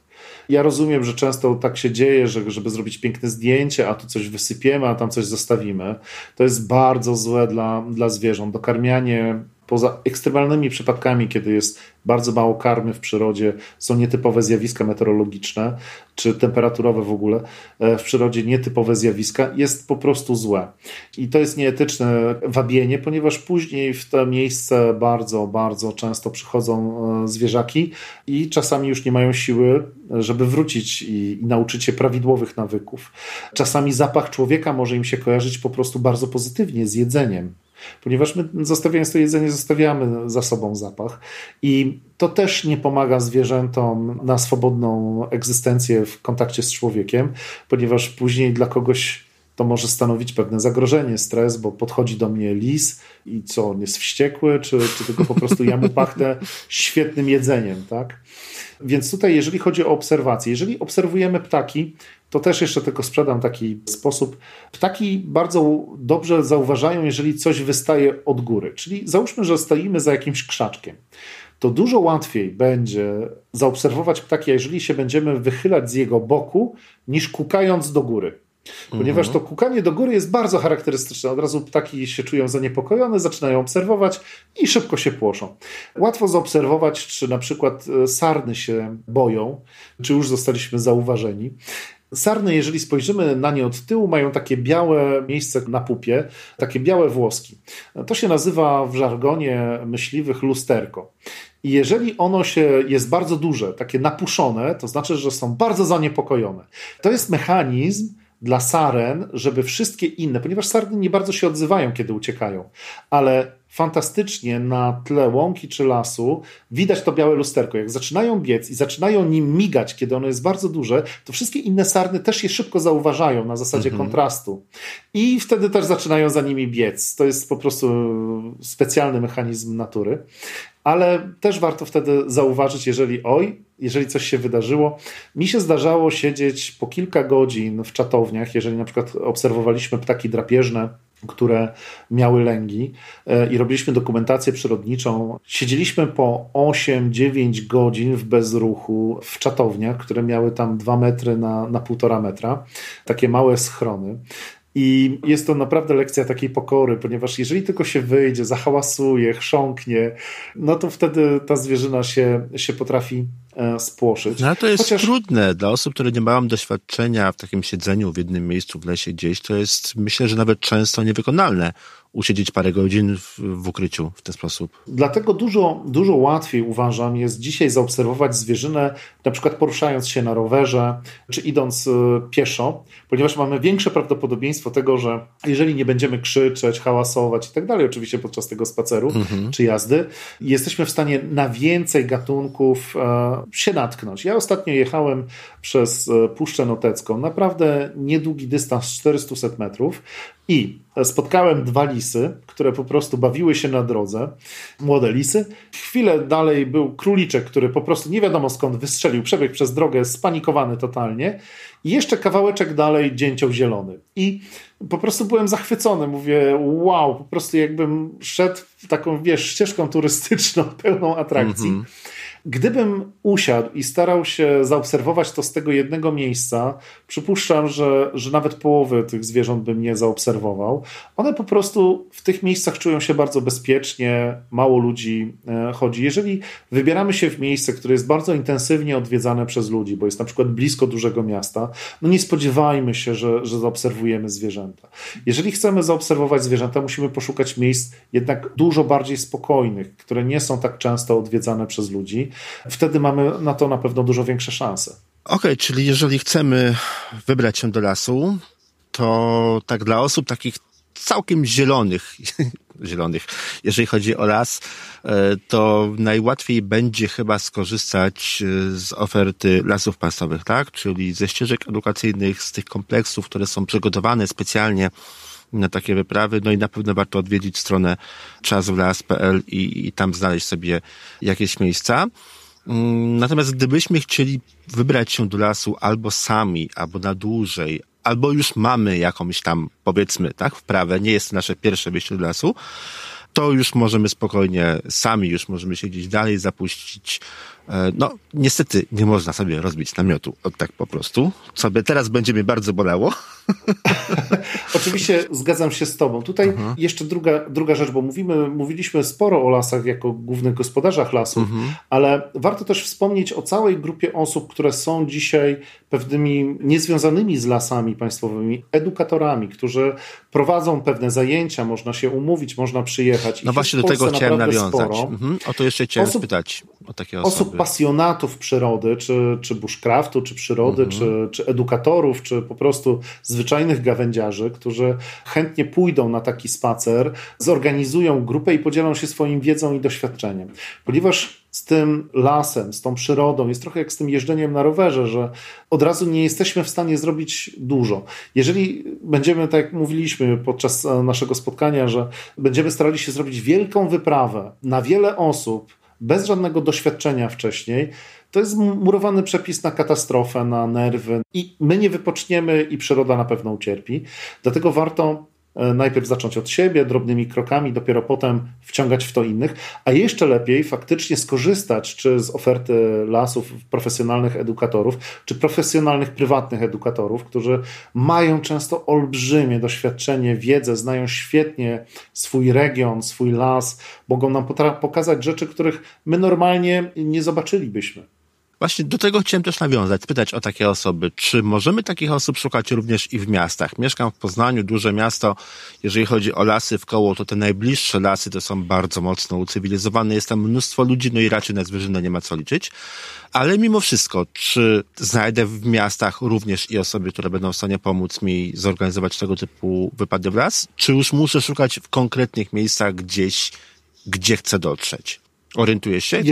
Ja rozumiem, że często tak się dzieje, że żeby zrobić piękne zdjęcie, a tu coś wysypiemy, a tam coś zostawimy. To jest bardzo złe dla zwierząt. Dokarmianie poza ekstremalnymi przypadkami, kiedy jest bardzo mało karmy w przyrodzie, są nietypowe zjawiska meteorologiczne, czy temperaturowe w ogóle w przyrodzie, nietypowe zjawiska, jest po prostu złe. I to jest nieetyczne wabienie, ponieważ później w to miejsce bardzo, bardzo często przychodzą zwierzaki i czasami już nie mają siły, żeby wrócić i nauczyć się prawidłowych nawyków. Czasami zapach człowieka może im się kojarzyć po prostu bardzo pozytywnie z jedzeniem, ponieważ my, zostawiając to jedzenie, zostawiamy za sobą zapach i to też nie pomaga zwierzętom na swobodną egzystencję w kontakcie z człowiekiem, ponieważ później dla kogoś to może stanowić pewne zagrożenie, stres, bo podchodzi do mnie lis i co, on jest wściekły, czy tylko po prostu ja mu pachnę świetnym jedzeniem, tak? Więc tutaj, jeżeli chodzi o obserwację, jeżeli obserwujemy ptaki, to też jeszcze tylko sprzedam taki sposób. Ptaki bardzo dobrze zauważają, jeżeli coś wystaje od góry. Czyli załóżmy, że stoimy za jakimś krzaczkiem. To dużo łatwiej będzie zaobserwować ptaki, jeżeli się będziemy wychylać z jego boku, niż kukając do góry. Ponieważ to kukanie do góry jest bardzo charakterystyczne. Od razu ptaki się czują zaniepokojone, zaczynają obserwować i szybko się płoszą. Łatwo zaobserwować, czy na przykład sarny się boją, czy już zostaliśmy zauważeni. Sarny, jeżeli spojrzymy na nie od tyłu, mają takie białe miejsce na pupie, takie białe włoski. To się nazywa w żargonie myśliwych lusterko. I jeżeli ono jest bardzo duże, takie napuszone, to znaczy, że są bardzo zaniepokojone. To jest mechanizm dla saren, żeby wszystkie inne, ponieważ sarny nie bardzo się odzywają, kiedy uciekają, ale fantastycznie na tle łąki czy lasu widać to białe lusterko. Jak zaczynają biec i zaczynają nim migać, kiedy ono jest bardzo duże, to wszystkie inne sarny też je szybko zauważają na zasadzie kontrastu. I wtedy też zaczynają za nimi biec. To jest po prostu specjalny mechanizm natury. Ale też warto wtedy zauważyć, jeżeli coś się wydarzyło. Mi się zdarzało siedzieć po kilka godzin w czatowniach, jeżeli na przykład obserwowaliśmy ptaki drapieżne, które miały lęgi i robiliśmy dokumentację przyrodniczą. Siedzieliśmy po 8-9 godzin w bezruchu w czatowniach, które miały tam 2 metry na 1,5 metra. Takie małe schrony. I jest to naprawdę lekcja takiej pokory, ponieważ jeżeli tylko się wyjdzie, zahałasuje, chrząknie, no to wtedy ta zwierzyna się potrafi spłoszyć. No ale to jest trudne dla osób, które nie mają doświadczenia w takim siedzeniu w jednym miejscu w lesie gdzieś. To jest, myślę, że nawet często niewykonalne usiedzieć parę godzin w ukryciu w ten sposób. Dlatego dużo łatwiej, uważam, jest dzisiaj zaobserwować zwierzynę, na przykład poruszając się na rowerze, czy idąc pieszo, ponieważ mamy większe prawdopodobieństwo tego, że jeżeli nie będziemy krzyczeć, hałasować i tak dalej, oczywiście podczas tego spaceru czy jazdy, jesteśmy w stanie na więcej gatunków się natknąć. Ja ostatnio jechałem przez Puszczę Notecką, naprawdę niedługi dystans 400 metrów i spotkałem 2 lisy, które po prostu bawiły się na drodze, młode lisy. Chwilę dalej był króliczek, który po prostu nie wiadomo skąd wystrzelił, przebiegł przez drogę spanikowany totalnie i jeszcze kawałeczek dalej dzięcioł zielony. I po prostu byłem zachwycony, mówię wow, po prostu jakbym szedł taką, ścieżką turystyczną pełną atrakcji. Gdybym usiadł i starał się zaobserwować to z tego jednego miejsca, przypuszczam, że nawet połowy tych zwierząt bym nie zaobserwował. One po prostu w tych miejscach czują się bardzo bezpiecznie, mało ludzi chodzi. Jeżeli wybieramy się w miejsce, które jest bardzo intensywnie odwiedzane przez ludzi, bo jest na przykład blisko dużego miasta, no nie spodziewajmy się, że zaobserwujemy zwierzęta. Jeżeli chcemy zaobserwować zwierzęta, musimy poszukać miejsc jednak dużo bardziej spokojnych, które nie są tak często odwiedzane przez ludzi. Wtedy mamy na to na pewno dużo większe szanse. Okej, czyli jeżeli chcemy wybrać się do lasu, to tak dla osób takich całkiem zielonych, jeżeli chodzi o las, to najłatwiej będzie chyba skorzystać z oferty lasów państwowych, tak? Czyli ze ścieżek edukacyjnych, z tych kompleksów, które są przygotowane specjalnie na takie wyprawy, no i na pewno warto odwiedzić stronę czaswlas.pl i tam znaleźć sobie jakieś miejsca. Natomiast gdybyśmy chcieli wybrać się do lasu albo sami, albo na dłużej, albo już mamy jakąś tam, powiedzmy, tak, wprawę, nie jest to nasze pierwsze wyjście do lasu, to już możemy spokojnie sami, już możemy się gdzieś dalej zapuścić No, niestety nie można sobie rozbić namiotu tak po prostu. Teraz będzie mnie bardzo bolało. Oczywiście zgadzam się z tobą. Tutaj jeszcze druga rzecz, bo mówiliśmy sporo o lasach jako głównych gospodarzach lasów, ale warto też wspomnieć o całej grupie osób, które są dzisiaj pewnymi niezwiązanymi z lasami państwowymi edukatorami, którzy prowadzą pewne zajęcia, można się umówić, można przyjechać. No właśnie do tego chciałem nawiązać. O to jeszcze chciałem spytać o takie osoby. Osób pasjonatów przyrody, czy bushcraftu, czy przyrody, czy edukatorów, czy po prostu zwyczajnych gawędziarzy, którzy chętnie pójdą na taki spacer, zorganizują grupę i podzielą się swoją wiedzą i doświadczeniem. Ponieważ z tym lasem, z tą przyrodą jest trochę jak z tym jeżdżeniem na rowerze, że od razu nie jesteśmy w stanie zrobić dużo. Jeżeli będziemy, tak jak mówiliśmy podczas naszego spotkania, że będziemy starali się zrobić wielką wyprawę na wiele osób, bez żadnego doświadczenia wcześniej, to jest murowany przepis na katastrofę, na nerwy i my nie wypoczniemy i przyroda na pewno ucierpi. Dlatego warto najpierw zacząć od siebie, drobnymi krokami, dopiero potem wciągać w to innych, a jeszcze lepiej faktycznie skorzystać czy z oferty lasów profesjonalnych edukatorów, czy profesjonalnych prywatnych edukatorów, którzy mają często olbrzymie doświadczenie, wiedzę, znają świetnie swój region, swój las, mogą nam pokazać rzeczy, których my normalnie nie zobaczylibyśmy. Właśnie do tego chciałem też nawiązać, spytać o takie osoby. Czy możemy takich osób szukać również i w miastach? Mieszkam w Poznaniu, duże miasto. Jeżeli chodzi o lasy wkoło, to te najbliższe lasy to są bardzo mocno ucywilizowane. Jest tam mnóstwo ludzi, no i raczej na zwierzynę nie ma co liczyć. Ale mimo wszystko, czy znajdę w miastach również i osoby, które będą w stanie pomóc mi zorganizować tego typu wypady w las? Czy już muszę szukać w konkretnych miejscach gdzieś, gdzie chcę dotrzeć? Orientujesz się?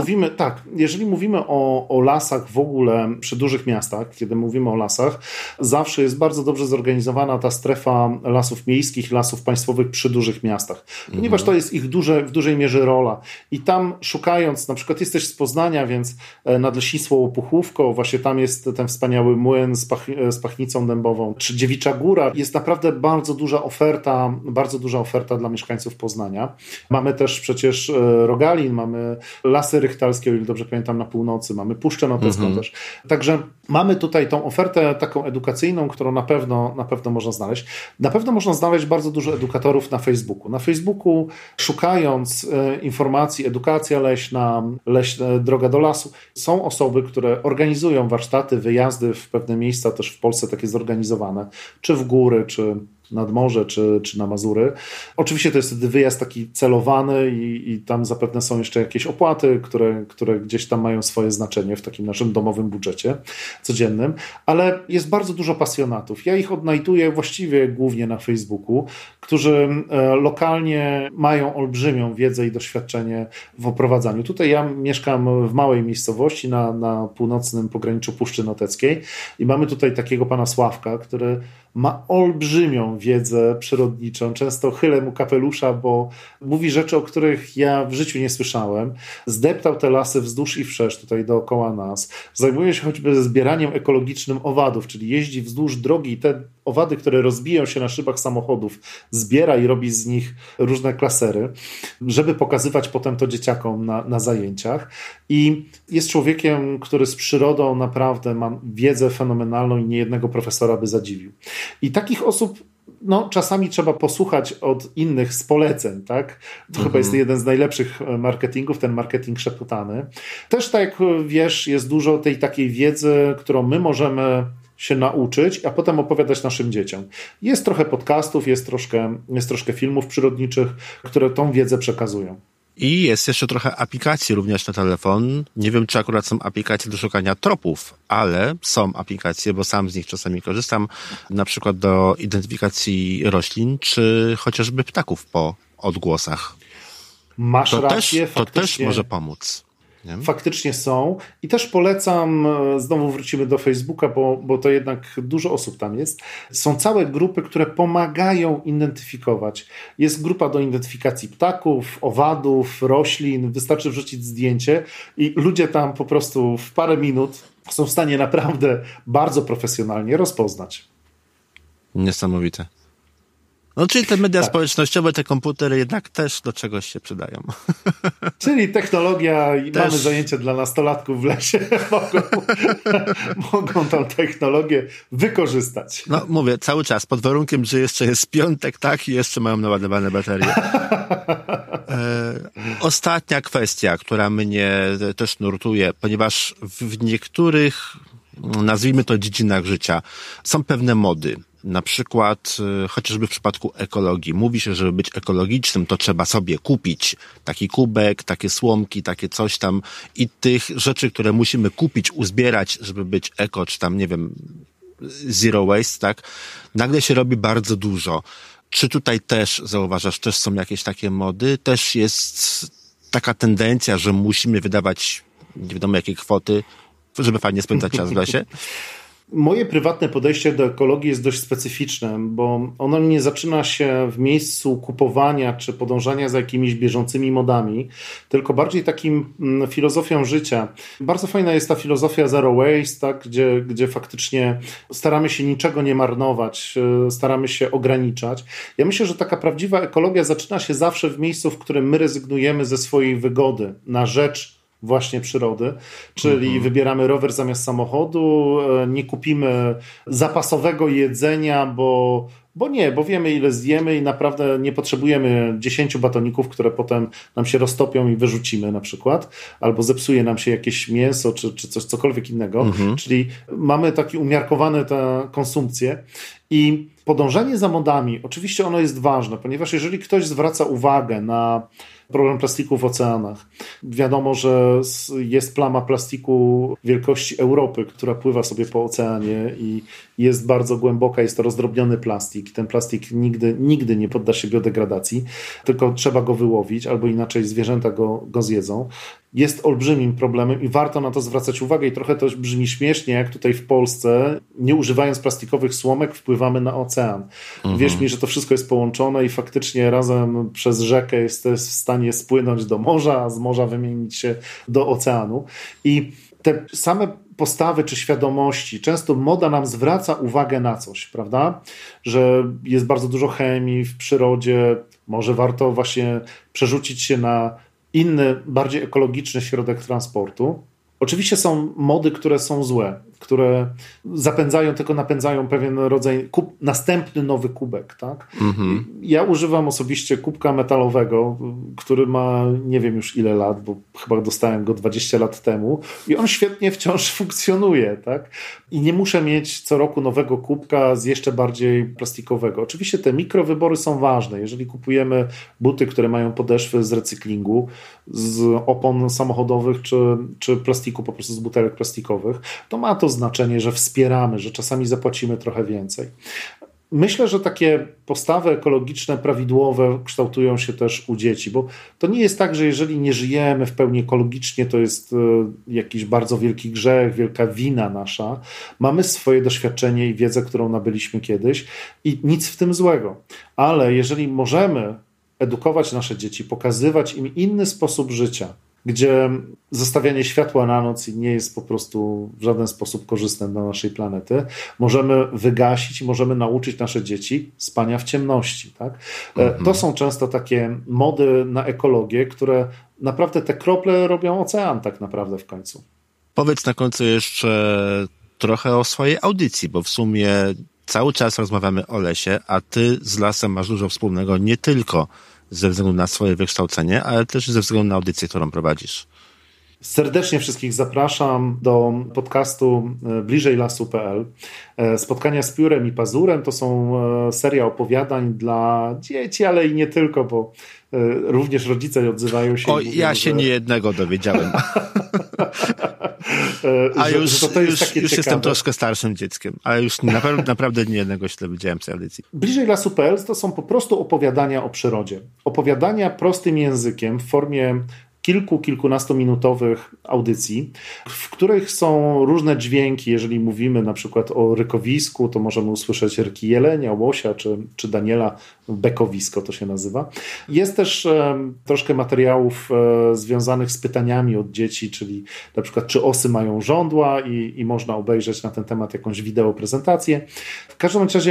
Jeżeli mówimy o lasach w ogóle przy dużych miastach, kiedy mówimy o lasach, zawsze jest bardzo dobrze zorganizowana ta strefa lasów miejskich, lasów państwowych przy dużych miastach, ponieważ to jest ich w dużej mierze rola. I tam szukając, na przykład jesteś z Poznania, więc Nadleśnictwo Łopuchówko, właśnie tam jest ten wspaniały młyn z pachnicą dębową, czy Dziewicza Góra, jest naprawdę bardzo duża oferta dla mieszkańców Poznania. Mamy też przecież Rogalin, mamy Lasy Rychtalskie, o ile dobrze pamiętam, na północy, mamy Puszczę Notecką też. Także mamy tutaj tą ofertę taką edukacyjną, którą na pewno można znaleźć. Na pewno można znaleźć bardzo dużo edukatorów na Facebooku. Na Facebooku szukając informacji, edukacja leśna, droga do lasu, są osoby, które organizują warsztaty, wyjazdy w pewne miejsca, też w Polsce takie zorganizowane, czy w góry, czy nad morze, czy na Mazury. Oczywiście to jest wtedy wyjazd taki celowany i tam zapewne są jeszcze jakieś opłaty, które gdzieś tam mają swoje znaczenie w takim naszym domowym budżecie codziennym, ale jest bardzo dużo pasjonatów. Ja ich odnajduję właściwie głównie na Facebooku, którzy lokalnie mają olbrzymią wiedzę i doświadczenie w oprowadzaniu. Tutaj ja mieszkam w małej miejscowości na północnym pograniczu Puszczy Noteckiej i mamy tutaj takiego pana Sławka, który ma olbrzymią wiedzę przyrodniczą. Często chylę mu kapelusza, bo mówi rzeczy, o których ja w życiu nie słyszałem. Zdeptał te lasy wzdłuż i wszerz tutaj dookoła nas. Zajmuje się choćby zbieraniem ekologicznym owadów, czyli jeździ wzdłuż drogi i te owady, które rozbijają się na szybach samochodów, zbiera i robi z nich różne klasery, żeby pokazywać potem to dzieciakom na zajęciach. I jest człowiekiem, który z przyrodą naprawdę ma wiedzę fenomenalną i niejednego profesora by zadziwił. I takich osób czasami trzeba posłuchać od innych z poleceń, tak? To chyba jest jeden z najlepszych marketingów, ten marketing szepotany. Też tak jak wiesz, jest dużo tej takiej wiedzy, którą my możemy się nauczyć, a potem opowiadać naszym dzieciom. Jest trochę podcastów, jest troszkę filmów przyrodniczych, które tą wiedzę przekazują. I jest jeszcze trochę aplikacji również na telefon. Nie wiem, czy akurat są aplikacje do szukania tropów, ale są aplikacje, bo sam z nich czasami korzystam, na przykład do identyfikacji roślin, czy chociażby ptaków po odgłosach. Masz rację. To też może pomóc. Nie? Faktycznie są i też polecam, znowu wrócimy do Facebooka, bo to jednak dużo osób tam jest. Są całe grupy, które pomagają identyfikować. Jest grupa do identyfikacji ptaków, owadów, roślin. Wystarczy wrzucić zdjęcie i ludzie tam po prostu w parę minut są w stanie naprawdę bardzo profesjonalnie rozpoznać. Niesamowite. No, czyli te media społecznościowe, te komputery jednak też do czegoś się przydają. Czyli technologia, też... mamy zajęcia dla nastolatków w lesie, mogą tą technologię wykorzystać. No mówię, cały czas, pod warunkiem, że jeszcze jest piątek, tak, i jeszcze mają naładowane baterie. Ostatnia kwestia, która mnie też nurtuje, ponieważ w niektórych, nazwijmy to, dziedzinach życia są pewne mody. Na przykład chociażby w przypadku ekologii. Mówi się, żeby być ekologicznym, to trzeba sobie kupić taki kubek, takie słomki, takie coś tam i tych rzeczy, które musimy kupić, uzbierać, żeby być eko, czy tam, nie wiem, zero waste, tak? Nagle się robi bardzo dużo. Czy tutaj też zauważasz, też są jakieś takie mody? Też jest taka tendencja, że musimy wydawać nie wiadomo jakie kwoty, żeby fajnie spędzać czas w lesie? Moje prywatne podejście do ekologii jest dość specyficzne, bo ono nie zaczyna się w miejscu kupowania czy podążania za jakimiś bieżącymi modami, tylko bardziej takim filozofią życia. Bardzo fajna jest ta filozofia zero waste, tak, gdzie faktycznie staramy się niczego nie marnować, staramy się ograniczać. Ja myślę, że taka prawdziwa ekologia zaczyna się zawsze w miejscu, w którym my rezygnujemy ze swojej wygody na rzecz właśnie przyrody, czyli wybieramy rower zamiast samochodu, nie kupimy zapasowego jedzenia, bo wiemy ile zjemy i naprawdę nie potrzebujemy 10 batoników, które potem nam się roztopią i wyrzucimy na przykład, albo zepsuje nam się jakieś mięso, czy coś, cokolwiek innego, czyli mamy taki umiarkowane tę konsumpcję i podążanie za modami, oczywiście ono jest ważne, ponieważ jeżeli ktoś zwraca uwagę na problem plastiku w oceanach. Wiadomo, że jest plama plastiku wielkości Europy, która pływa sobie po oceanie i jest bardzo głęboka, jest to rozdrobniony plastik. Ten plastik nigdy nie podda się biodegradacji, tylko trzeba go wyłowić, albo inaczej zwierzęta go zjedzą. Jest olbrzymim problemem i warto na to zwracać uwagę i trochę to brzmi śmiesznie, jak tutaj w Polsce, nie używając plastikowych słomek, wpływamy na ocean. Wierz mi, że to wszystko jest połączone i faktycznie razem przez rzekę jesteś w stanie spłynąć do morza, a z morza wymienić się do oceanu. I te same postawy czy świadomości, często moda nam zwraca uwagę na coś, prawda? Że jest bardzo dużo chemii w przyrodzie, może warto właśnie przerzucić się na inny, bardziej ekologiczny środek transportu. Oczywiście są mody, które są złe, które napędzają pewien rodzaj, następny nowy kubek. Tak? Ja używam osobiście kubka metalowego, który ma nie wiem już ile lat, bo chyba dostałem go 20 lat temu i on świetnie wciąż funkcjonuje. Tak? I nie muszę mieć co roku nowego kubka z jeszcze bardziej plastikowego. Oczywiście te mikrowybory są ważne. Jeżeli kupujemy buty, które mają podeszwy z recyklingu, z opon samochodowych czy plastiku, po prostu z butelek plastikowych, to ma to znaczenie, że wspieramy, że czasami zapłacimy trochę więcej. Myślę, że takie postawy ekologiczne, prawidłowe kształtują się też u dzieci, bo to nie jest tak, że jeżeli nie żyjemy w pełni ekologicznie, to jest jakiś bardzo wielki grzech, wielka wina nasza. Mamy swoje doświadczenie i wiedzę, którą nabyliśmy kiedyś i nic w tym złego. Ale jeżeli możemy edukować nasze dzieci, pokazywać im inny sposób życia, gdzie zostawianie światła na noc nie jest po prostu w żaden sposób korzystne dla naszej planety, możemy wygasić i możemy nauczyć nasze dzieci spania w ciemności. Tak? To są często takie mody na ekologię, które naprawdę te krople robią ocean tak naprawdę w końcu. Powiedz na końcu jeszcze trochę o swojej audycji, bo w sumie cały czas rozmawiamy o lesie, a ty z lasem masz dużo wspólnego nie tylko ze względu na swoje wykształcenie, ale też ze względu na audycję, którą prowadzisz. Serdecznie wszystkich zapraszam do podcastu Bliżej Lasu.pl. Spotkania z piórem i pazurem to są seria opowiadań dla dzieci, ale i nie tylko, bo również rodzice odzywają się. O, i mówią, ja się niejednego dowiedziałem. A już jestem troszkę starszym dzieckiem, ale już naprawdę niejednego się dowiedziałem z tej audycji. Bliżej Lasu.pl to są po prostu opowiadania o przyrodzie. Opowiadania prostym językiem w formie kilkunastominutowych audycji, w których są różne dźwięki. Jeżeli mówimy na przykład o rykowisku, to możemy usłyszeć ryki jelenia, łosia czy Daniela, bekowisko to się nazywa. Jest też troszkę materiałów związanych z pytaniami od dzieci, czyli na przykład czy osy mają żądła i można obejrzeć na ten temat jakąś wideo prezentację. W każdym razie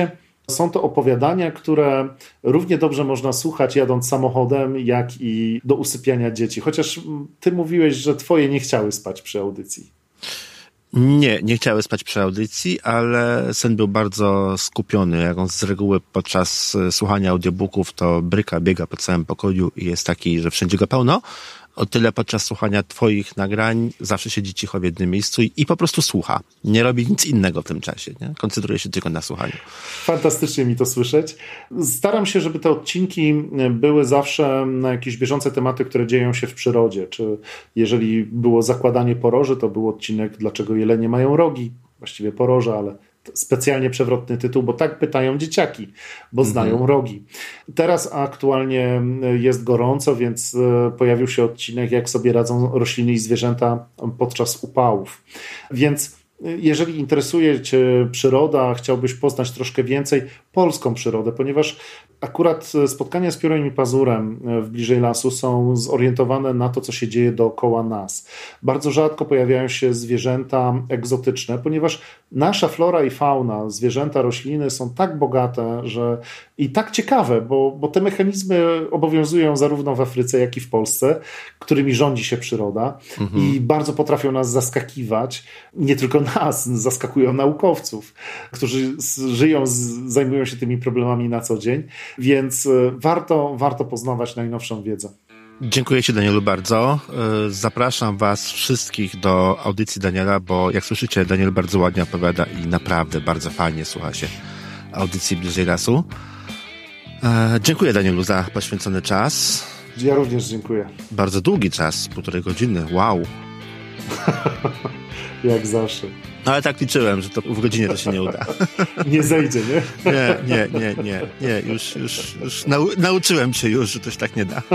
Są to opowiadania, które równie dobrze można słuchać jadąc samochodem, jak i do usypiania dzieci. Chociaż ty mówiłeś, że twoje nie chciały spać przy audycji. Nie chciały spać przy audycji, ale sen był bardzo skupiony. Jak on z reguły podczas słuchania audiobooków to bryka, biega po całym pokoju i jest taki, że wszędzie go pełno. O tyle podczas słuchania twoich nagrań zawsze siedzi cicho w jednym miejscu i po prostu słucha. Nie robi nic innego w tym czasie. Nie? Koncentruje się tylko na słuchaniu. Fantastycznie mi to słyszeć. Staram się, żeby te odcinki były zawsze na jakieś bieżące tematy, które dzieją się w przyrodzie. Czy jeżeli było zakładanie poroży, to był odcinek Dlaczego jelenie mają rogi? Właściwie poroże, ale specjalnie przewrotny tytuł, bo tak pytają dzieciaki, bo znają rogi. Teraz aktualnie jest gorąco, więc pojawił się odcinek, jak sobie radzą rośliny i zwierzęta podczas upałów. Więc jeżeli interesuje cię przyroda, chciałbyś poznać troszkę więcej polską przyrodę, ponieważ akurat spotkania z Piórem i Pazurem w Bliżej Lasu są zorientowane na to, co się dzieje dookoła nas. Bardzo rzadko pojawiają się zwierzęta egzotyczne, ponieważ nasza flora i fauna, zwierzęta, rośliny są tak bogate, że i tak ciekawe, bo te mechanizmy obowiązują zarówno w Afryce, jak i w Polsce, którymi rządzi się przyroda i bardzo potrafią nas zaskakiwać. Nie tylko nas, zaskakują naukowców, którzy żyją, zajmują się tymi problemami na co dzień, więc warto poznawać najnowszą wiedzę. Dziękuję ci, Danielu, bardzo. Zapraszam was wszystkich do audycji Daniela, bo jak słyszycie, Daniel bardzo ładnie opowiada i naprawdę bardzo fajnie słucha się audycji Bliżej Lasu. Dziękuję, Danielu, za poświęcony czas. Ja również dziękuję. Bardzo długi czas, 1,5 godziny. Wow. Jak zawsze. Ale tak liczyłem, że to w godzinie to się nie uda. Nie zejdzie, nie? Nie. Już nauczyłem się już, że to się tak nie da.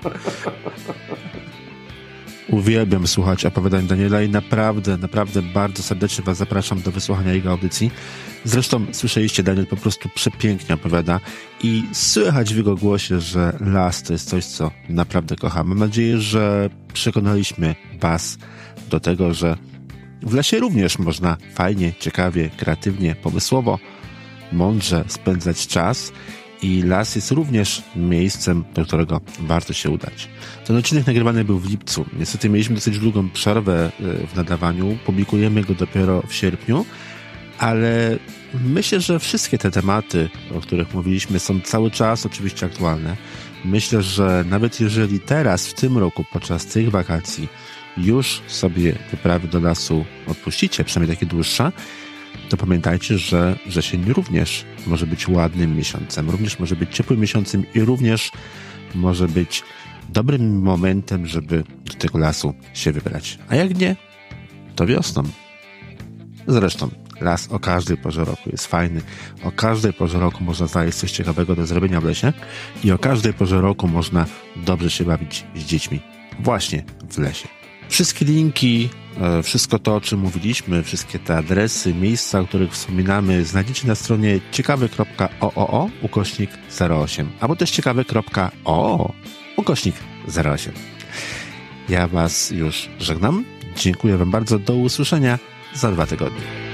Uwielbiam słuchać opowiadań Daniela i naprawdę bardzo serdecznie was zapraszam do wysłuchania jego audycji. Zresztą słyszeliście, Daniel po prostu przepięknie opowiada i słychać w jego głosie, że las to jest coś, co naprawdę kocham. Mam nadzieję, że przekonaliśmy was do tego, że w lesie również można fajnie, ciekawie, kreatywnie, pomysłowo, mądrze spędzać czas i las jest również miejscem, do którego warto się udać. Ten odcinek nagrywany był w lipcu. Niestety mieliśmy dosyć długą przerwę w nadawaniu. Publikujemy go dopiero w sierpniu, ale myślę, że wszystkie te tematy, o których mówiliśmy, są cały czas oczywiście aktualne. Myślę, że nawet jeżeli teraz, w tym roku, podczas tych wakacji już sobie wyprawy do lasu odpuścicie, przynajmniej takie dłuższe, to pamiętajcie, że wrzesień również może być ładnym miesiącem, również może być ciepłym miesiącem i również może być dobrym momentem, żeby do tego lasu się wybrać. A jak nie, to wiosną. Zresztą las o każdej porze roku jest fajny. O każdej porze roku można znaleźć coś ciekawego do zrobienia w lesie i o każdej porze roku można dobrze się bawić z dziećmi właśnie w lesie. Wszystkie linki, wszystko to, o czym mówiliśmy, wszystkie te adresy, miejsca, o których wspominamy, znajdziecie na stronie ciekawy.oo/08 albo też ciekawy.oo/08. Ja was już żegnam. Dziękuję wam bardzo. Do usłyszenia za 2 tygodnie.